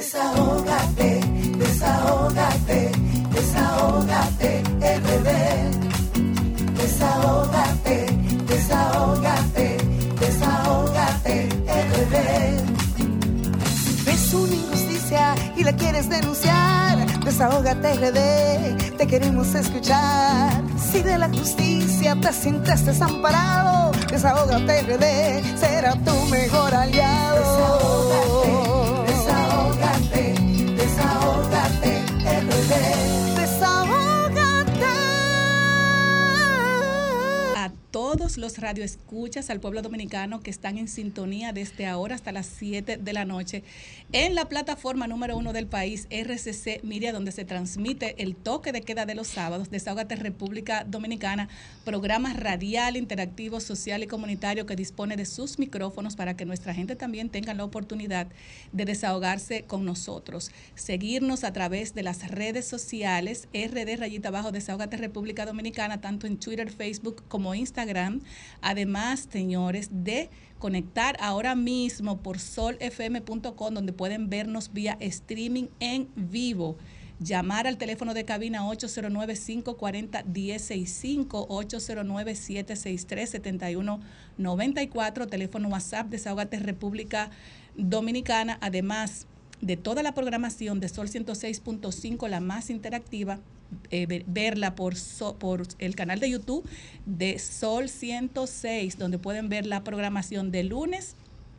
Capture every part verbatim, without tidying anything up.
Desahógate, desahógate, desahógate, R D. Desahógate, desahógate, desahógate, R D. Si ves una injusticia y la quieres denunciar, desahógate, R D, te queremos escuchar. Si de la justicia te sientes desamparado, desahógate, R D, será tu mejor aliado. Desahógate, desahógate, desahógate, R D. Desahógate. A todos los radioescuchas, al pueblo dominicano que están en sintonía desde ahora hasta las siete de la noche en la plataforma número uno del país, R C C Miria, donde se transmite el toque de queda de los sábados. Desahógate República Dominicana, programa radial, interactivo, social y comunitario que dispone de sus micrófonos para que nuestra gente también tenga la oportunidad de desahogarse con nosotros. Seguirnos a través de las redes sociales, R D rayita abajo Desahógate República Dominicana, tanto en Twitter, Facebook como Instagram. Además, señores, de conectar ahora mismo por sol f m punto com, donde pueden vernos vía streaming en vivo. Llamar al teléfono de cabina ocho cero nueve, cinco cuatro cero, uno cero seis cinco, ocho cero nueve, siete seis tres, siete uno nueve cuatro, teléfono WhatsApp Desahógate República Dominicana. Además de toda la programación de Sol ciento seis punto cinco, la más interactiva, Eh, ver, verla por, so, por el canal de YouTube de Sol ciento seis, donde pueden ver la programación de lunes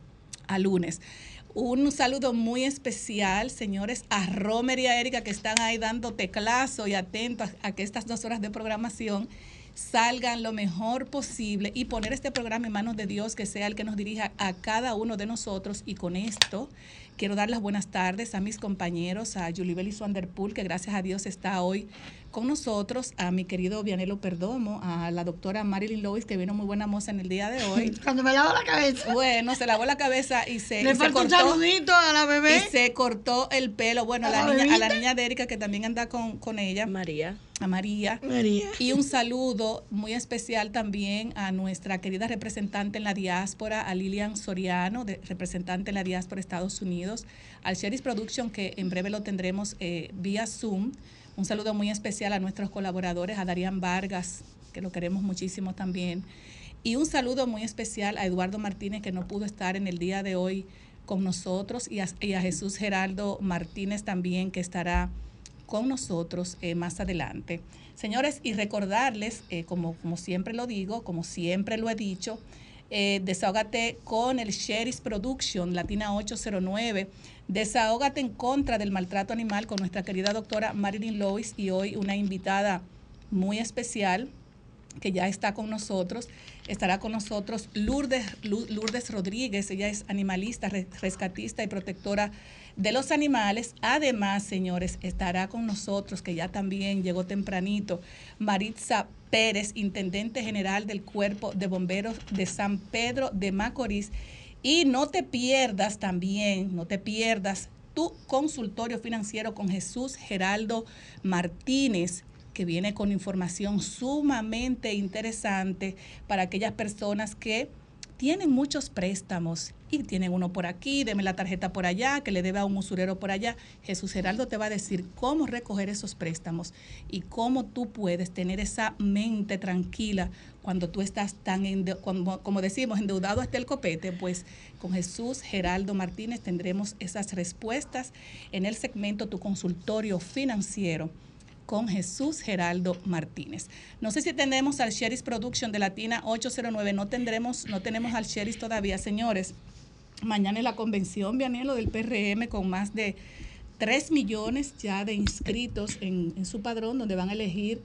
a lunes. Un saludo muy especial, señores, a Romer y a Erika, que están ahí dando teclazo y atentos a que estas dos horas de programación salgan lo mejor posible y poner este programa en manos de Dios, que sea el que nos dirija a cada uno de nosotros. Y con esto quiero dar las buenas tardes a mis compañeros, a Yulibel y Swanderpool, que gracias a Dios está hoy con nosotros, a mi querido Vianelo Perdomo, a la doctora Marilyn Lois, que vino muy buena moza en el día de hoy. Cuando me lavo la cabeza. Bueno, se lavó la cabeza y se, Le y se cortó. Un saludito a la bebé. Y se cortó el pelo. Bueno, a la, ¿A la niña, a la niña de Erika, que también anda con, con ella. María. A María. María. Y un saludo muy especial también a nuestra querida representante en la diáspora, a Lilian Soriano, de, representante en la diáspora de Estados Unidos, al Sheris Production, que en breve lo tendremos eh, vía Zoom. Un saludo muy especial a nuestros colaboradores, a Darían Vargas, que lo queremos muchísimo también. Y un saludo muy especial a Eduardo Martínez, que no pudo estar en el día de hoy con nosotros, y a, y a Jesús Geraldo Martínez también, que estará con nosotros eh, más adelante. Señores, y recordarles, eh, como, como siempre lo digo, como siempre lo he dicho, eh, desahógate con el Sheris Production, Latina ocho cero nueve, desahógate en contra del maltrato animal con nuestra querida doctora Marilyn Lois, y hoy una invitada muy especial que ya está con nosotros. Estará con nosotros Lourdes, Lourdes Rodríguez. Ella es animalista, rescatista y protectora de los animales. Además, señores, estará con nosotros, que ya también llegó tempranito, Maritza Pérez, intendente general del Cuerpo de Bomberos de San Pedro de Macorís. Y no te pierdas también, no te pierdas tu consultorio financiero con Jesús Geraldo Martínez, que viene con información sumamente interesante para aquellas personas que tienen muchos préstamos y tienen uno por aquí, deme la tarjeta por allá, que le debe a un usurero por allá. Jesús Geraldo te va a decir cómo recoger esos préstamos y cómo tú puedes tener esa mente tranquila cuando tú estás tan, ende- como, como decimos, endeudado hasta el copete. Pues con Jesús Geraldo Martínez tendremos esas respuestas en el segmento Tu Consultorio Financiero con Jesús Geraldo Martínez. No sé si tenemos al Sheris Production de Latina ocho cero nueve, no tendremos, no tenemos al Sheris todavía, señores. Mañana es la convención, Vianelo, del P R M, con más de tres millones ya de inscritos en, en su padrón, donde van a elegir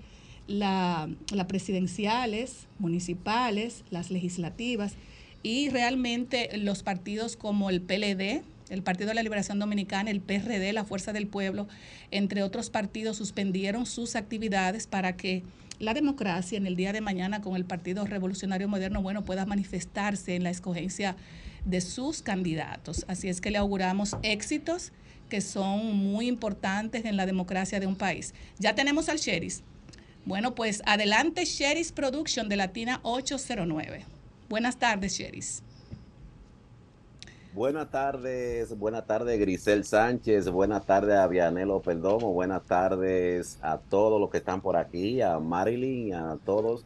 la, las presidenciales, municipales, las legislativas, y realmente los partidos como el P L D, el Partido de la Liberación Dominicana, el P R D, la Fuerza del Pueblo, entre otros partidos, suspendieron sus actividades para que la democracia en el día de mañana con el Partido Revolucionario Moderno, bueno, pueda manifestarse en la escogencia de sus candidatos. Así es que le auguramos éxitos que son muy importantes en la democracia de un país. Ya tenemos al Sheris. Bueno, pues adelante, Sheris Production de Latina ocho cero nueve. Buenas tardes, Sheris. Buenas tardes, buenas tardes Grisel Sánchez, buenas tardes a Vianelo Perdomo, buenas tardes a todos los que están por aquí, a Marilyn, a todos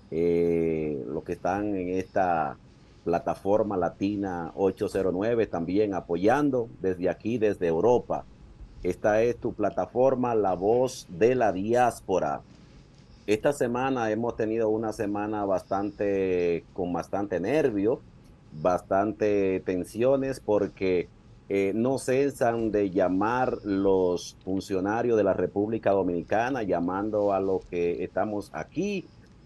eh, los que están en esta plataforma latina ocho cero nueve, también apoyando desde aquí, desde Europa. Esta es tu plataforma, La Voz de la Diáspora. Esta semana hemos tenido una semana bastante, con bastante nervio, bastante tensiones, porque eh, no cesan de llamar los funcionarios de la República Dominicana, llamando a los que estamos aquí,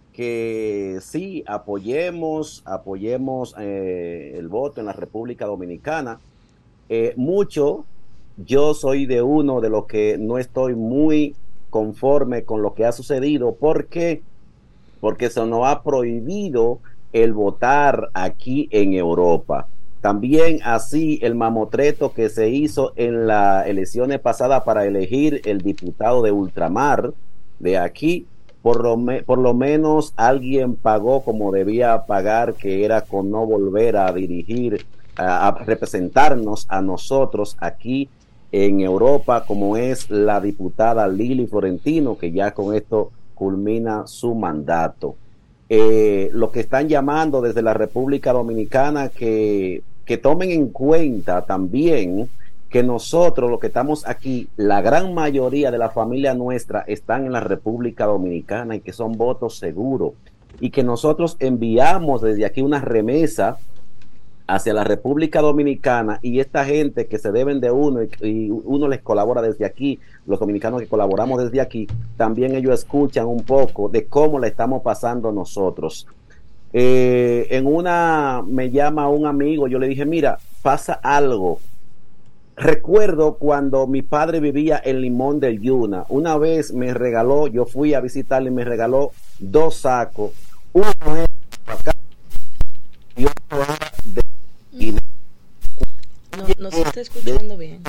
que sí, apoyemos, apoyemos eh, el voto en la República Dominicana. Eh, mucho, yo soy de uno de los que no estoy muy conforme con lo que ha sucedido. ¿Por qué? Porque se nos ha prohibido el votar aquí en Europa. También así el mamotreto que se hizo en las elecciones pasadas para elegir el diputado de ultramar de aquí, por lo, me, por lo menos alguien pagó como debía pagar, que era con no volver a dirigir, a, a representarnos a nosotros aquí en Europa, como es la diputada Lili Florentino, que ya con esto culmina su mandato. Eh, lo que están llamando desde la República Dominicana que, que tomen en cuenta también que nosotros, los que estamos aquí, la gran mayoría de la familia nuestra están en la República Dominicana y que son votos seguros, y que nosotros enviamos desde aquí una remesa hacia la República Dominicana, y esta gente que se deben de uno y, y uno les colabora desde aquí, los dominicanos que colaboramos desde aquí, también ellos escuchan un poco de cómo la estamos pasando nosotros. Eh, en una me llama un amigo, yo le dije, mira, pasa algo. Recuerdo cuando mi padre vivía en Limón del Yuna, una vez me regaló, yo fui a visitarle y me regaló dos sacos, uno era acá y otro era de no, no se está escuchando bien.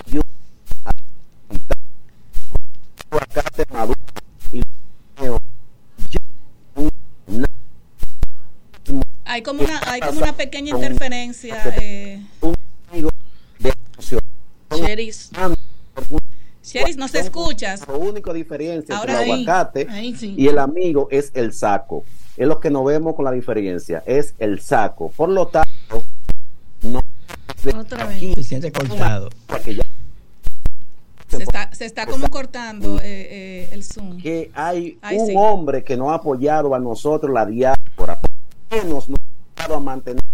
Hay como una, hay como una pequeña interferencia. Eh. Cheris. Cheris, ¿nos escuchas? La única diferencia Ahora entre el ahí, aguacate ahí sí. y el amigo es el saco. Es lo que nos vemos con la diferencia, es el saco. Por lo tanto, no Otra vez. Se siente cortado. Se está, se está como cortando eh, eh, el Zoom. Que hay Ay, un sí. hombre que nos ha apoyado a nosotros, la diáspora, que nos ha ayudado a mantener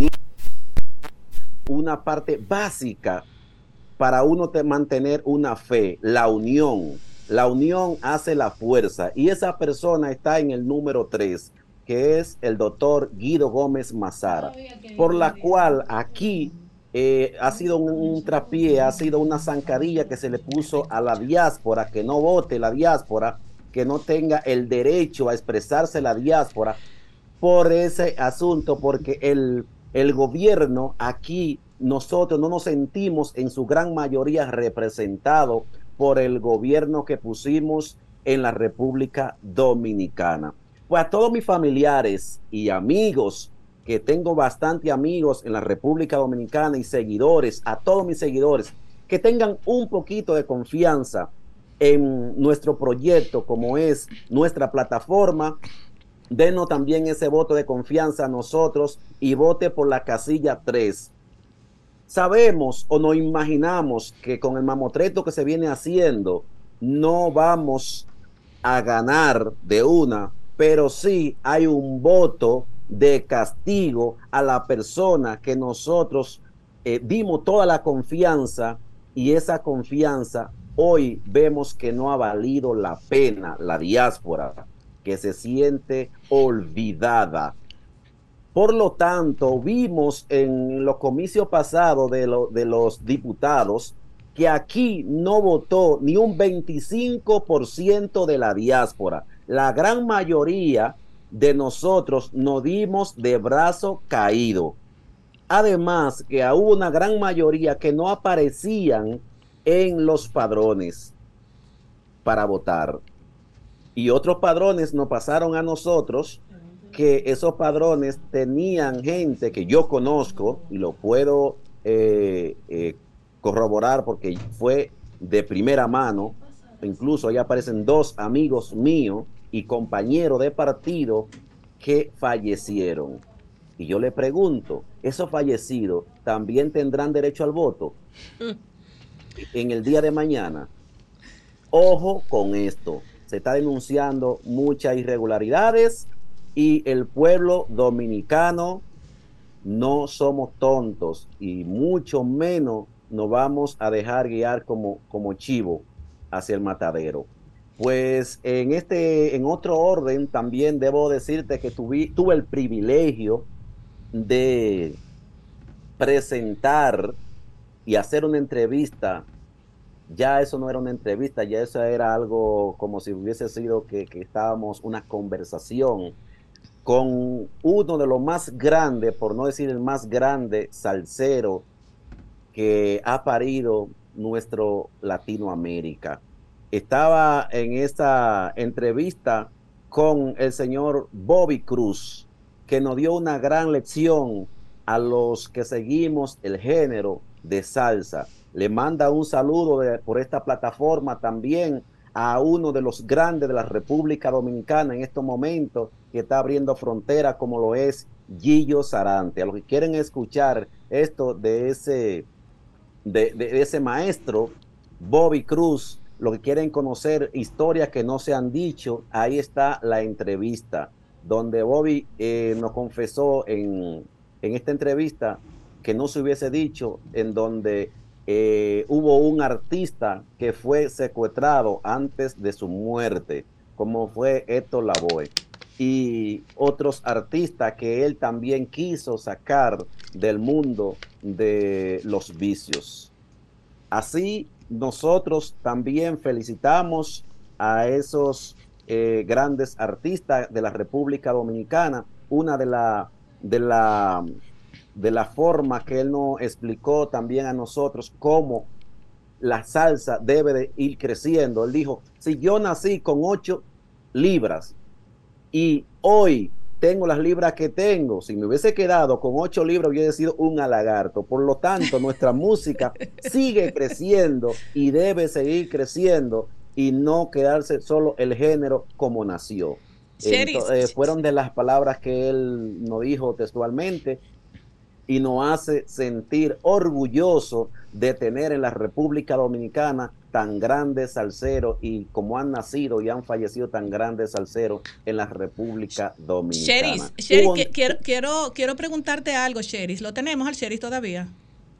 una parte básica para uno te mantener una fe, la unión. La unión hace la fuerza, y esa persona está en el número tres, que es el doctor Guido Gómez Mazara, por la cual aquí eh, ha sido un, un traspié, ha sido una zancadilla que se le puso a la diáspora, que no vote la diáspora, que no tenga el derecho a expresarse la diáspora por ese asunto, porque el, el gobierno aquí, nosotros no nos sentimos en su gran mayoría representados por el gobierno que pusimos en la República Dominicana. Pues a todos mis familiares y amigos, que tengo bastante amigos en la República Dominicana y seguidores, a todos mis seguidores, que tengan un poquito de confianza en nuestro proyecto, como es nuestra plataforma. Denos también ese voto de confianza a nosotros y vote por la casilla tres. Sabemos o nos imaginamos que con el mamotreto que se viene haciendo no vamos a ganar de una, pero sí hay un voto de castigo a la persona que nosotros eh, dimos toda la confianza, y esa confianza hoy vemos que no ha valido la pena. La diáspora que se siente olvidada. Por lo tanto, vimos en los comicios pasados de, lo, de los diputados que aquí no votó ni un veinticinco por ciento de la diáspora. La gran mayoría de nosotros nos dimos de brazo caído. Además, que hubo una gran mayoría que no aparecían en los padrones para votar. Y otros padrones nos pasaron a nosotros, que esos padrones tenían gente que yo conozco y lo puedo eh, eh, corroborar porque fue de primera mano. Incluso ahí aparecen dos amigos míos y compañeros de partido que fallecieron. Y yo le pregunto, ¿esos fallecidos también tendrán derecho al voto en el día de mañana? Ojo con esto, se está denunciando muchas irregularidades y el pueblo dominicano no somos tontos y mucho menos nos vamos a dejar guiar como, como chivo hacia el matadero. Pues en este, en otro orden, también debo decirte que tuve, tuve el privilegio de presentar y hacer una entrevista. Ya eso no era una entrevista, ya eso era algo como si hubiese sido que, que estábamos una conversación con uno de los más grandes, por no decir el más grande salsero que ha parido nuestro Latinoamérica. Estaba en esta entrevista con el señor Bobby Cruz, que nos dio una gran lección a los que seguimos el género de salsa. Le manda un saludo de, por esta plataforma también a uno de los grandes de la República Dominicana en estos momentos, que está abriendo frontera, como lo es Gillo Sarante. A los que quieren escuchar esto de ese, de, de ese maestro, Bobby Cruz, lo que quieren conocer historias que no se han dicho, ahí está la entrevista, donde Bobby eh, nos confesó en, en esta entrevista que no se hubiese dicho, en donde eh, hubo un artista que fue secuestrado antes de su muerte, como fue Héctor Lavoe, y otros artistas que él también quiso sacar del mundo de los vicios. Así, nosotros también felicitamos a esos eh, grandes artistas de la República Dominicana. Una de la, de la, de la forma que él nos explicó también a nosotros cómo la salsa debe de ir creciendo. Él dijo, si yo nací con ocho libras y hoy tengo las libras que tengo, si me hubiese quedado con ocho libras hubiese sido un lagarto. Por lo tanto, nuestra música sigue creciendo y debe seguir creciendo y no quedarse solo el género como nació. Entonces, eh, fueron de las palabras que él nos dijo textualmente y nos hace sentir orgulloso de tener en la República Dominicana tan grandes salseros y como han nacido y han fallecido tan grandes salseros en la República Dominicana. Sheris, Sheris Hubo... que, quiero, quiero, quiero preguntarte algo, Sheris. ¿Lo tenemos al Sheris todavía?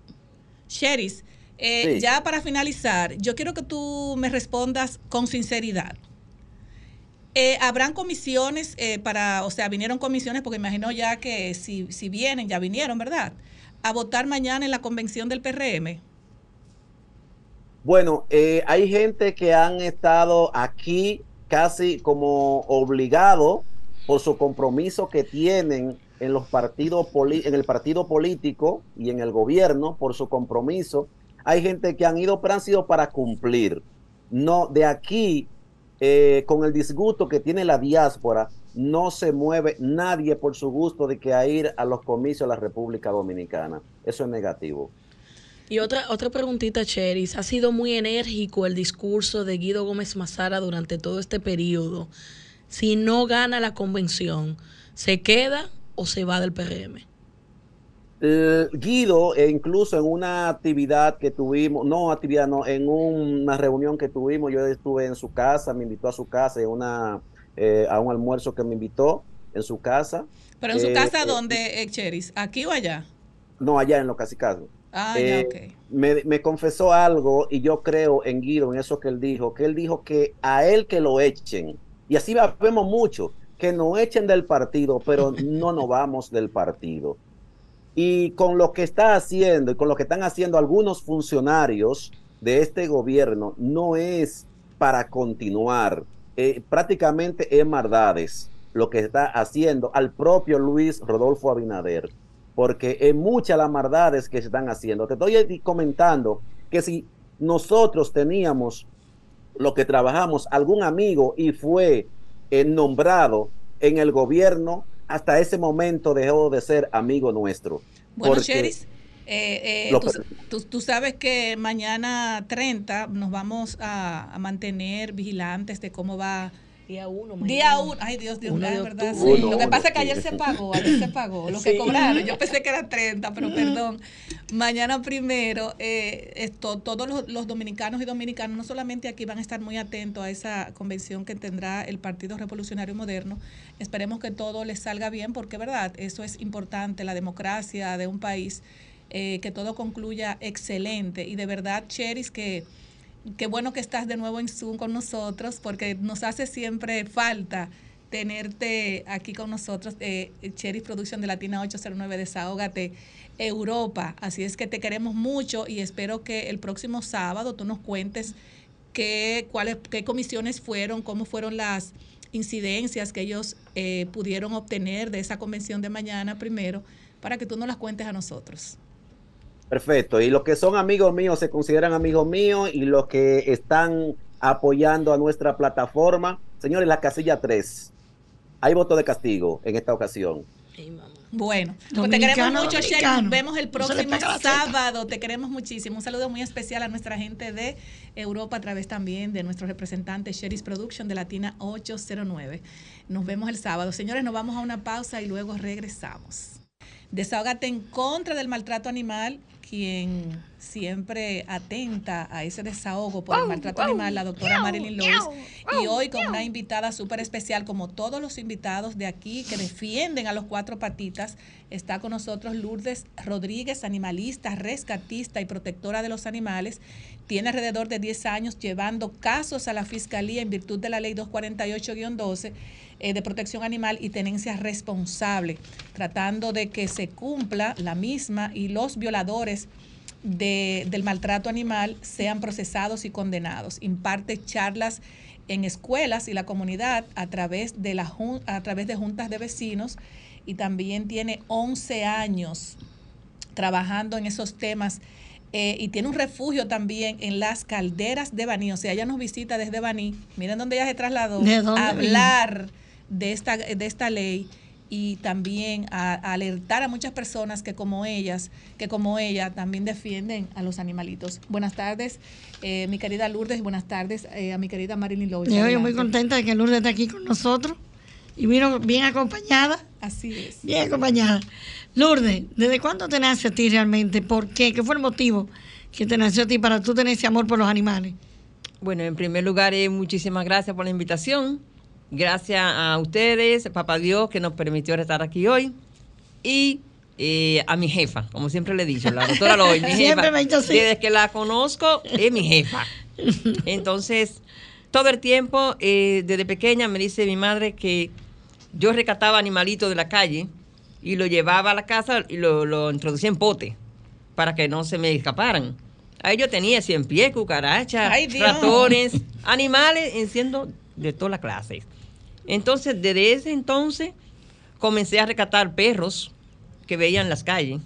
Sheris, eh, sí. Ya para finalizar, yo quiero que tú me respondas con sinceridad. Eh, ¿Habrán comisiones eh, para, o sea, vinieron comisiones, porque imagino ya que si, si vienen, ya vinieron, ¿verdad?, a votar mañana en la convención del P R M? Bueno, eh, hay gente que han estado aquí casi como obligado por su compromiso que tienen en los partidos en el partido político y en el gobierno, por su compromiso. Hay gente que han ido, pero han sido para cumplir. No, de aquí, eh, con el disgusto que tiene la diáspora, no se mueve nadie por su gusto de que a ir a los comicios de la República Dominicana. Eso es negativo. Y otra, otra preguntita, Sheris. Ha sido muy enérgico el discurso de Guido Gómez Mazara durante todo este periodo. Si no gana la convención, ¿se queda o se va del P R M? Eh, Guido, eh, incluso en una actividad que tuvimos, no actividad, no, en una reunión que tuvimos, yo estuve en su casa, me invitó a su casa, en una, eh, a un almuerzo que me invitó en su casa. ¿Pero en su eh, casa eh, dónde, eh, Sheris? ¿Aquí o allá? No, allá en Los Cacicazgos. Ah, eh, ya, ok. Me, me confesó algo y yo creo en Guido, en eso que él dijo, que él dijo que a él que lo echen, y así vemos mucho, que nos echen del partido, pero no nos vamos del partido. Y con lo que está haciendo y con lo que están haciendo algunos funcionarios de este gobierno, no es para continuar, eh, prácticamente es maldades lo que está haciendo al propio Luis Rodolfo Abinader, porque es muchas las maldades que se están haciendo. Te estoy comentando que si nosotros teníamos lo que trabajamos, algún amigo y fue eh, nombrado en el gobierno, hasta ese momento dejó de ser amigo nuestro. Bueno, porque... Sheris, Eh, eh, tú, tú, tú sabes que mañana treinta nos vamos a, a mantener vigilantes de cómo va. Día uno. Día uno. Ay, Dios, Dios, es verdad. Sí. Uno, Lo que uno, pasa es que sí. ayer se pagó, ayer se pagó. Lo Sí. que cobraron, yo pensé que era treinta, pero perdón. Mañana primero, eh, esto, todos los, los dominicanos y dominicanas, no solamente aquí, van a estar muy atentos a esa convención que tendrá el Partido Revolucionario Moderno. Esperemos que todo les salga bien, porque, verdad, eso es importante, la democracia de un país, eh, que todo concluya excelente. Y de verdad, Cheris, que... Qué bueno que estás de nuevo en Zoom con nosotros, porque nos hace siempre falta tenerte aquí con nosotros. eh, Cheris Production de Latina ocho cero nueve, Desahógate Europa. Así es que te queremos mucho y espero que el próximo sábado tú nos cuentes qué, cuáles, qué comisiones fueron, cómo fueron las incidencias que ellos eh, pudieron obtener de esa convención de mañana primero, para que tú nos las cuentes a nosotros. Perfecto. Y los que son amigos míos se consideran amigos míos, y los que están apoyando a nuestra plataforma, señores, la casilla tres. Hay voto de castigo en esta ocasión. Hey, mamá. Bueno, pues te queremos mucho, Sherry. Nos vemos el No se le próximo pega la sábado. Te queremos muchísimo. Un saludo muy especial a nuestra gente de Europa, a través también de nuestro representante Cheris Production de Latina ocho cero nueve. Nos vemos el sábado. Señores, nos vamos a una pausa y luego regresamos. Desahógate en contra del maltrato animal, quien siempre atenta a ese desahogo por el maltrato animal, la doctora Marilyn Lois, y hoy con una invitada súper especial, como todos los invitados de aquí que defienden a los cuatro patitas. Está con nosotros Lourdes Rodríguez, animalista, rescatista y protectora de los animales. Tiene alrededor de diez años llevando casos a la Fiscalía en virtud de la ley doscientos cuarenta y ocho guión doce eh, de protección animal y tenencia responsable, tratando de que se cumpla la misma y los violadores de, del maltrato animal sean procesados y condenados. Imparte charlas en escuelas y la comunidad a través de, la, a través de juntas de vecinos, y también tiene once años trabajando en esos temas. Eh, y tiene un refugio también en las Calderas de Baní. O sea, ella nos visita desde Baní. Miren dónde ella se trasladó a hablar de esta, de esta ley, y también a, a alertar a muchas personas que como ellas, que como ella también defienden a los animalitos. Buenas tardes, eh, mi querida Lourdes, y buenas tardes eh, a mi querida Marilyn Lois. Yo estoy muy contenta de que Lourdes esté aquí con nosotros y vino bien acompañada. Así es. Bien acompañada. Lourdes, ¿desde cuándo te nace a ti realmente? ¿Por qué? ¿Qué fue el motivo que te nació a ti para tú tener ese amor por los animales? Bueno, en primer lugar, eh, muchísimas gracias por la invitación. Gracias a ustedes, Papá Dios, que nos permitió estar aquí hoy. Y eh, a mi jefa, como siempre le he dicho, la doctora Lois, mi Siempre jefa. me ha dicho así. Desde que la conozco, es mi jefa. Entonces, todo el tiempo, eh, desde pequeña, me dice mi madre que yo rescataba animalitos de la calle y lo llevaba a la casa y lo, lo introducía en pote para que no se me escaparan. Ahí yo tenía cien pies, cucarachas, Ay, Dios. ratones, animales, en siendo de todas las clases. Entonces, desde ese entonces, comencé a rescatar perros que veía en las calles.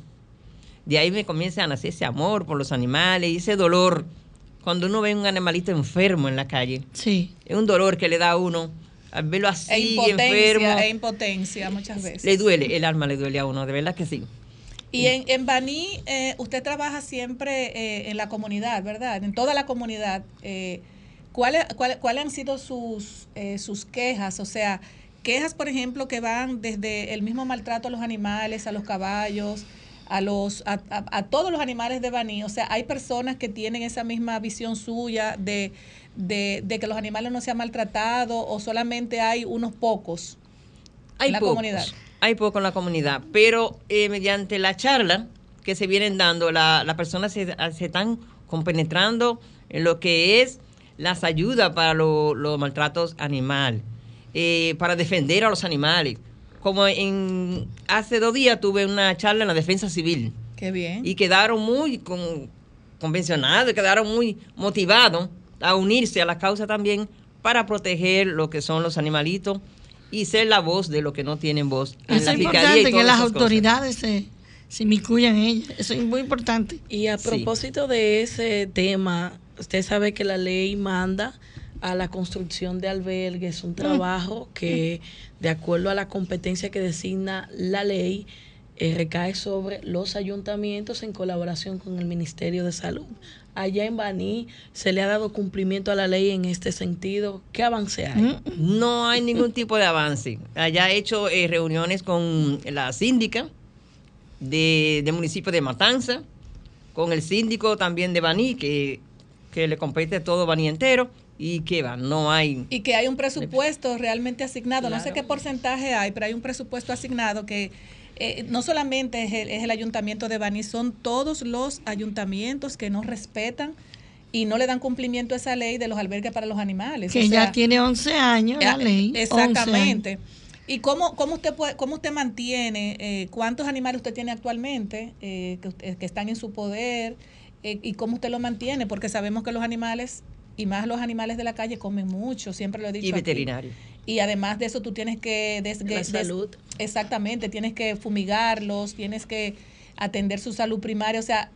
De ahí me comienza a nacer ese amor por los animales y ese dolor cuando uno ve un animalito enfermo en la calle. Sí. Es un dolor que le da a uno al verlo así, E impotencia, enfermo. e impotencia muchas veces. Le duele, el alma le duele a uno, de verdad que sí. Y en, en Baní, eh, usted trabaja siempre eh, en la comunidad, ¿verdad? En toda la comunidad. Eh, ¿cuáles, cuáles, ¿Cuáles han sido sus, eh, sus quejas? O sea, quejas, por ejemplo, que van desde el mismo maltrato a los animales, a los caballos, a los a, a, a todos los animales de Baní. O sea, hay personas que tienen esa misma visión suya de, de, de que los animales no sean maltratados, o solamente hay unos pocos Hay en la pocos, comunidad. Hay poco en la comunidad, pero eh, mediante la charla que se vienen dando, las la personas se, se están compenetrando en lo que es las ayudas para los lo maltratos animales, eh, para defender a los animales. Como en hace dos días tuve una charla en la defensa civil. Qué bien. Y quedaron muy con, convencionados, quedaron muy motivados a unirse a la causa también para proteger lo que son los animalitos y ser la voz de los que no tienen voz. En Eso la es fiscalía y importante, que todas las esas autoridades se, se inmiscuyan en ellas. Eso es muy importante. Y a Sí. propósito de ese tema, usted sabe que la ley manda a la construcción de albergues, un trabajo que, de acuerdo a la competencia que designa la ley, eh, recae sobre los ayuntamientos en colaboración con el Ministerio de Salud. Allá en Baní se le ha dado cumplimiento a la ley en este sentido. ¿Qué avance hay? No hay ningún tipo de avance. Allá he hecho eh, reuniones con la síndica de, del municipio de Matanza, con el síndico también de Baní, que, que le compete todo Baní entero. ¿Y qué va? No hay... Y que hay un presupuesto realmente asignado. Claro. No sé qué porcentaje hay, pero hay un presupuesto asignado que eh, no solamente es el, es el ayuntamiento de Baní, son todos los ayuntamientos que no respetan y no le dan cumplimiento a esa ley de los albergues para los animales. Que o sea, ya tiene once años la eh, ley. Exactamente. ¿Y cómo, cómo usted puede, cómo usted mantiene, eh, cuántos animales usted tiene actualmente eh, que, usted- que están en su poder eh, y cómo usted lo mantiene? Porque sabemos que los animales, y más los animales de la calle, comen mucho, siempre lo he dicho. Y aquí. veterinario. Y además de eso tú tienes que... des- La des- salud. Exactamente, tienes que fumigarlos, tienes que atender su salud primaria. O sea,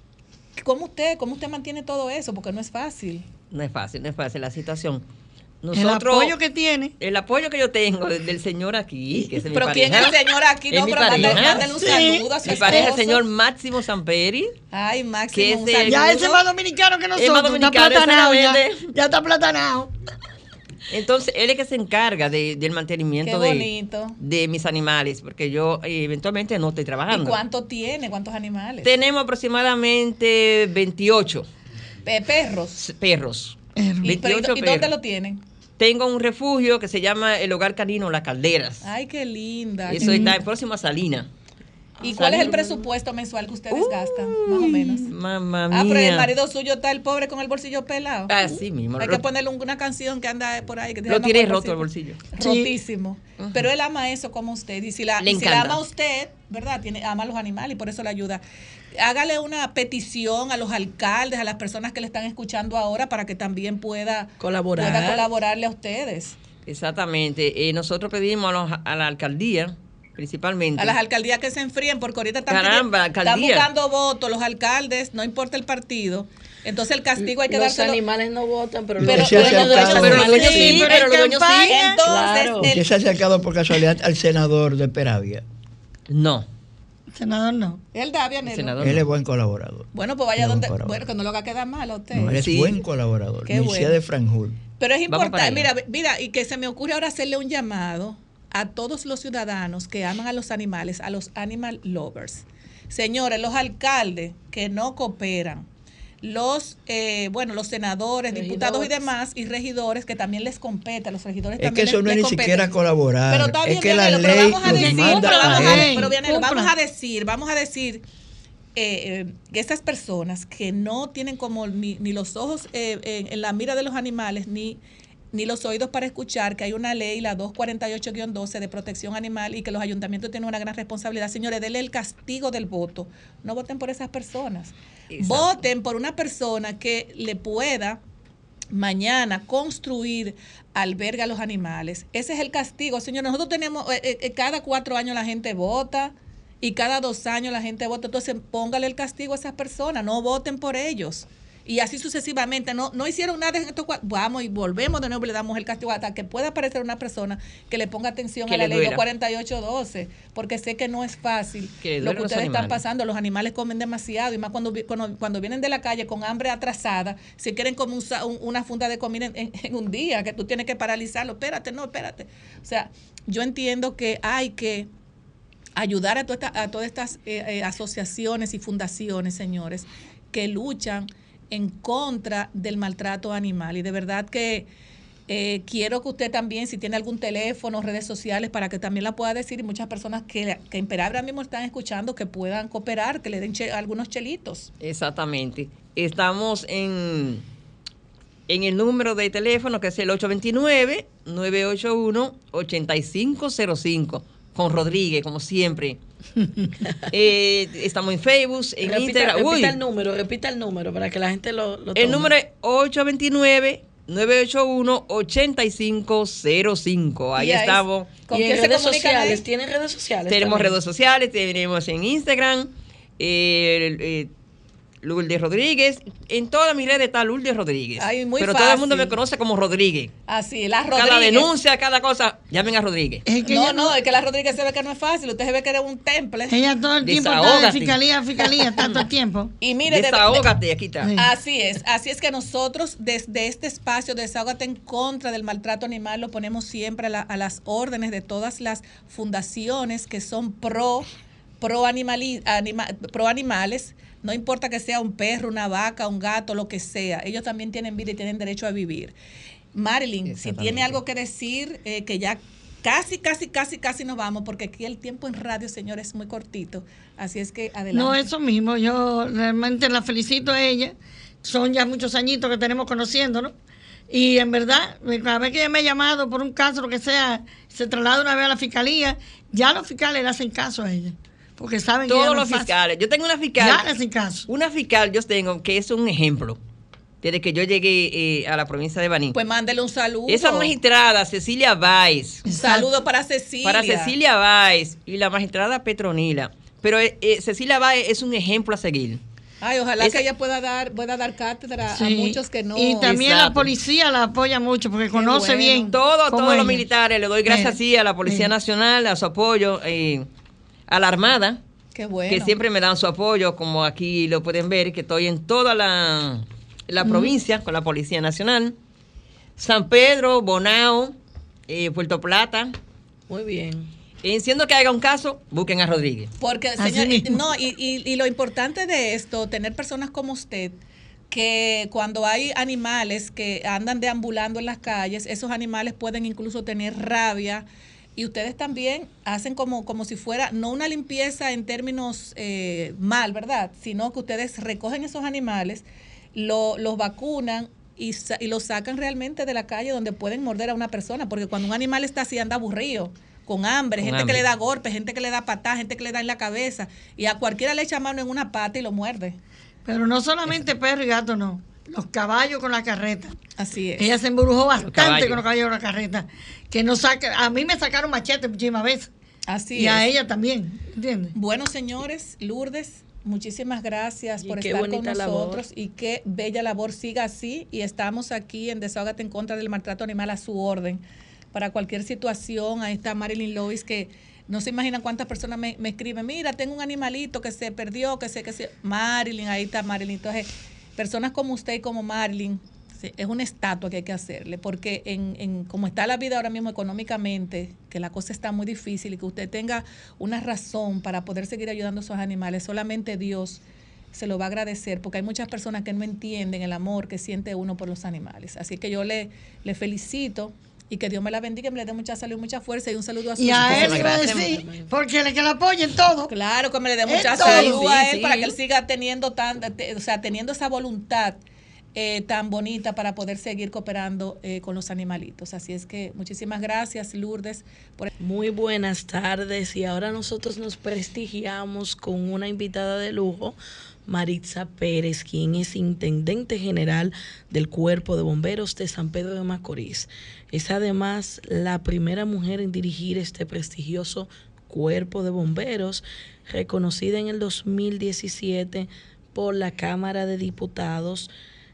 ¿cómo usted, cómo usted mantiene todo eso? Porque no es fácil. No es fácil, no es fácil la situación. El Nosotros, apoyo que tiene. el apoyo que yo tengo del, del señor aquí, que es mi Pero pareja. ¿quién es el señor aquí? Es No, mi pero mándale, pareja. mándale un Sí. saludo a su Mi pareja, el esposo. señor Máximo Samperi. Ay, que Máximo, es un de- saludo. Ya ese es más dominicano que Es más nosotros. Está dominicano, platanado ya. exactamente. Ya está platanado. Entonces, él es que se encarga de- del mantenimiento Qué de, bonito. de mis animales, porque yo eh, eventualmente no estoy ¿Y trabajando. cuánto tiene? ¿Cuántos animales? Tenemos aproximadamente veintiocho Pe- perros. perros. Eh, ¿Y, pero, ¿y veintiocho do- y dónde perros. lo tienen? Tengo un refugio que se llama el Hogar Canino Las Calderas. Ay, qué linda. Eso está en Próxima Salina. ¿Y cuál es el Salina. presupuesto mensual que ustedes Uy, gastan? Más o menos. Mamá mía. Ah, pero el marido suyo está el pobre con el bolsillo pelado. Así mismo. Hay Lo- que ponerle un- una canción que anda por ahí. Que se Lo llama tiene Por roto el bolsillo. Rotísimo. Pero él ama eso como usted. Y si la, Le y si la encanta. ama a usted, ¿verdad? Tiene, ama a los animales y por eso le ayuda. Hágale una petición a los alcaldes, a las personas que le están escuchando ahora para que también pueda Colaborar. pueda colaborarle a ustedes. Exactamente. Eh, nosotros pedimos a, los- a la alcaldía, principalmente. A las alcaldías que se enfríen, porque ahorita están, Caramba, pidiendo- están alcaldía. buscando votos los alcaldes, no importa el partido. Entonces el castigo hay que Los dárselo. animales no votan, pero, Pero- los pero dueños de los los dueños Pero los animales dueños sí, sí. pero los dueños sí. Entonces, Claro. el- ¿Usted se ha acercado por casualidad al senador de Peravia? No, Senador, no. el Davia el Nelo. senador. Él no. es buen colaborador. Bueno, pues vaya No, donde. para- Bueno, que no lo haga quedar mal a usted. No, él es Sí. buen colaborador. Qué Universidad bueno. de Franjul. Pero es Vamos para importante, allá. mira, mira, y que se me ocurre ahora hacerle un llamado a todos los ciudadanos que aman a los animales, a los animal lovers. Señores, los alcaldes que no cooperan, los, eh, bueno, los senadores, Regidores. diputados y demás, y regidores que también les compete, a los regidores Es también que eso les- no es les ni compete. siquiera colaborar. Pero está bien, es que la Vianelo, pero ley vamos a los decir, manda pero vamos a a, él. pero Vianelo, Cumpla. vamos a decir, vamos a decir eh, eh, que estas personas que no tienen como ni, ni los ojos eh, en, en la mira de los animales, ni, ni los oídos para escuchar, que hay una ley, la doscientos cuarenta y ocho guion doce de protección animal y que los ayuntamientos tienen una gran responsabilidad. Señores, denle el castigo del voto. No voten por esas personas. Exacto. Voten por una persona que le pueda mañana construir albergue a los animales. Ese es el castigo, señor. Nosotros tenemos, eh, eh, cada cuatro años la gente vota y cada dos años la gente vota. Entonces póngale el castigo a esas personas, no voten por ellos. Y así sucesivamente, no, no hicieron nada en estos cuatro. Vamos y volvemos de nuevo y le damos el castigo hasta que pueda aparecer una persona que le ponga atención Que a la le ley duela. doscientos cuarenta y ocho doce, porque sé que no es fácil Que le lo duelen que los ustedes están animales. pasando. Los animales comen demasiado y más cuando, vi- cuando, cuando vienen de la calle con hambre atrasada, si quieren como un sa- un- una funda de comida en, en- en un día, que tú tienes que paralizarlo. Espérate, no, espérate. O sea, yo entiendo que hay que ayudar a, toda esta- a todas estas eh, eh, asociaciones y fundaciones, señores, que luchan en contra del maltrato animal. Y de verdad que eh, quiero que usted también, si tiene algún teléfono, redes sociales, para que también la pueda decir, y muchas personas que, que en Peravia mismo están escuchando, que puedan cooperar, que le den che- algunos chelitos. Exactamente. Estamos en, en el número de teléfono que es el ocho dos nueve, nueve ocho uno, ocho cinco cero cinco, con Rodríguez, como siempre. Eh, estamos en Facebook, en Repita, Instagram. repita Uy, el número, repita el número para que la gente lo, lo el tome. número es ocho dos nueve, nueve ocho uno, ocho cinco cero cinco. Ahí Y ahí- estamos. ¿Con Y en quién se redes comunican ahí? sociales, ¿tienen redes sociales? Tenemos también? redes sociales, tenemos en Instagram, eh, eh, Lourdes Rodríguez. En todas mis redes está Lourdes Rodríguez. Ay, muy pero fácil. todo el mundo me conoce como Rodríguez. Así, la Rodríguez. Cada denuncia, cada cosa, llamen a Rodríguez. Es que no, ella no, es que la Rodríguez se ve que no es fácil. Usted se ve que era un temple. Ella todo el tiempo está de Desahógate. fiscalía a fiscalía, tanto tiempo. Y mire, de- de- Desahógate, aquí está. Sí. Así es, así es que nosotros desde este espacio Desahógate en contra del maltrato animal lo ponemos siempre a, la- a las órdenes de todas las fundaciones que son pro pro, animali- anima- pro animales, no importa que sea un perro, una vaca, un gato, lo que sea, ellos también tienen vida y tienen derecho a vivir. Marilyn, si tiene algo que decir, eh, que ya casi, casi, casi, casi nos vamos, porque aquí el tiempo en radio, señores, es muy cortito, así es que adelante. No, eso mismo, yo realmente la felicito a ella. Son ya muchos añitos que tenemos conociéndonos. Y en verdad, cada vez que ella me ha llamado por un caso, lo que sea, se traslada una vez a la fiscalía, ya los fiscales le hacen caso a ella. Porque saben que ella Todos no los es fácil. fiscales. Yo tengo una fiscal. Ya le hacen caso. Una fiscal yo tengo que es un ejemplo. Desde que yo llegué eh, a la provincia de Baní. Pues mándele un saludo. Esa magistrada, Cecilia Báez. Un saludo para Cecilia. Para Cecilia Báez y la magistrada Petronila. Pero eh, eh, Cecilia Báez es un ejemplo a seguir. Ay, ojalá Esa- que ella pueda dar, pueda dar cátedra a Sí. muchos que no. Y también la Exacto. policía la apoya mucho porque conoce bueno. bien. Todo, cómo todos ella. los militares, le doy gracias Eh, sí a la Policía eh. Nacional, a su apoyo, eh, a la Armada, Qué bueno. que siempre me dan su apoyo, como aquí lo pueden ver, que estoy en toda la, la provincia con la Policía Nacional. San Pedro, Bonao, eh, Puerto Plata. Muy bien. En siendo que haga un caso, busquen a Rodríguez. Porque, Así señor, y- mismo. no, y, y, y lo importante de esto, tener personas como usted, que cuando hay animales que andan deambulando en las calles, esos animales pueden incluso tener rabia. Y ustedes también hacen como, como si fuera, no una limpieza en términos eh, mal, ¿verdad? Sino que ustedes recogen esos animales, lo- los vacunan y, sa- y los sacan realmente de la calle donde pueden morder a una persona. Porque cuando un animal está así, anda aburrido, con hambre, Con gente hambre. que le da golpes, gente que le da patadas, gente que le da en la cabeza. Y a cualquiera le echa mano en una pata y lo muerde. Pero no solamente perro y gato, no. Los caballos con la carreta. Así es. Ella se embrujó bastante caballos. con los caballos con la carreta. Que no saca, a mí me sacaron machete muchísimas veces. Así y es. a ella también, ¿entiendes? Bueno, señores, Lourdes, muchísimas gracias Y por qué estar con bonita nosotros labor. y qué bella labor. Siga así y estamos aquí en Desahógate en contra del maltrato animal a su orden. Para cualquier situación, ahí está Marilyn Lois, que no se imaginan cuántas personas me, me escriben, mira, tengo un animalito que se perdió, que se, que se... Marilyn, ahí está Marilyn. Entonces, personas como usted y como Marilyn, sí, es una estatua que hay que hacerle, porque en, en como está la vida ahora mismo económicamente, que la cosa está muy difícil y que usted tenga una razón para poder seguir ayudando a esos animales, solamente Dios se lo va a agradecer, porque hay muchas personas que no entienden el amor que siente uno por los animales. Así que yo le, le felicito y que Dios me la bendiga, me le dé mucha salud, mucha fuerza y un saludo a su Y a él esposa. le iba a gracias. decir, porque le que lo apoyen todo. Claro, que me le dé En mucha todo. salud Sí, a sí, él para sí. que él siga teniendo tan, te- o sea, teniendo esa voluntad eh, tan bonita para poder seguir cooperando eh, con los animalitos. Así es que muchísimas gracias, Lourdes, por Muy buenas tardes y ahora nosotros nos prestigiamos con una invitada de lujo, Maritza Pérez, quien es intendente general del Cuerpo de Bomberos de San Pedro de Macorís. Es además la primera mujer en dirigir este prestigioso Cuerpo de Bomberos, reconocida en el dos mil diecisiete por la Cámara de Diputados.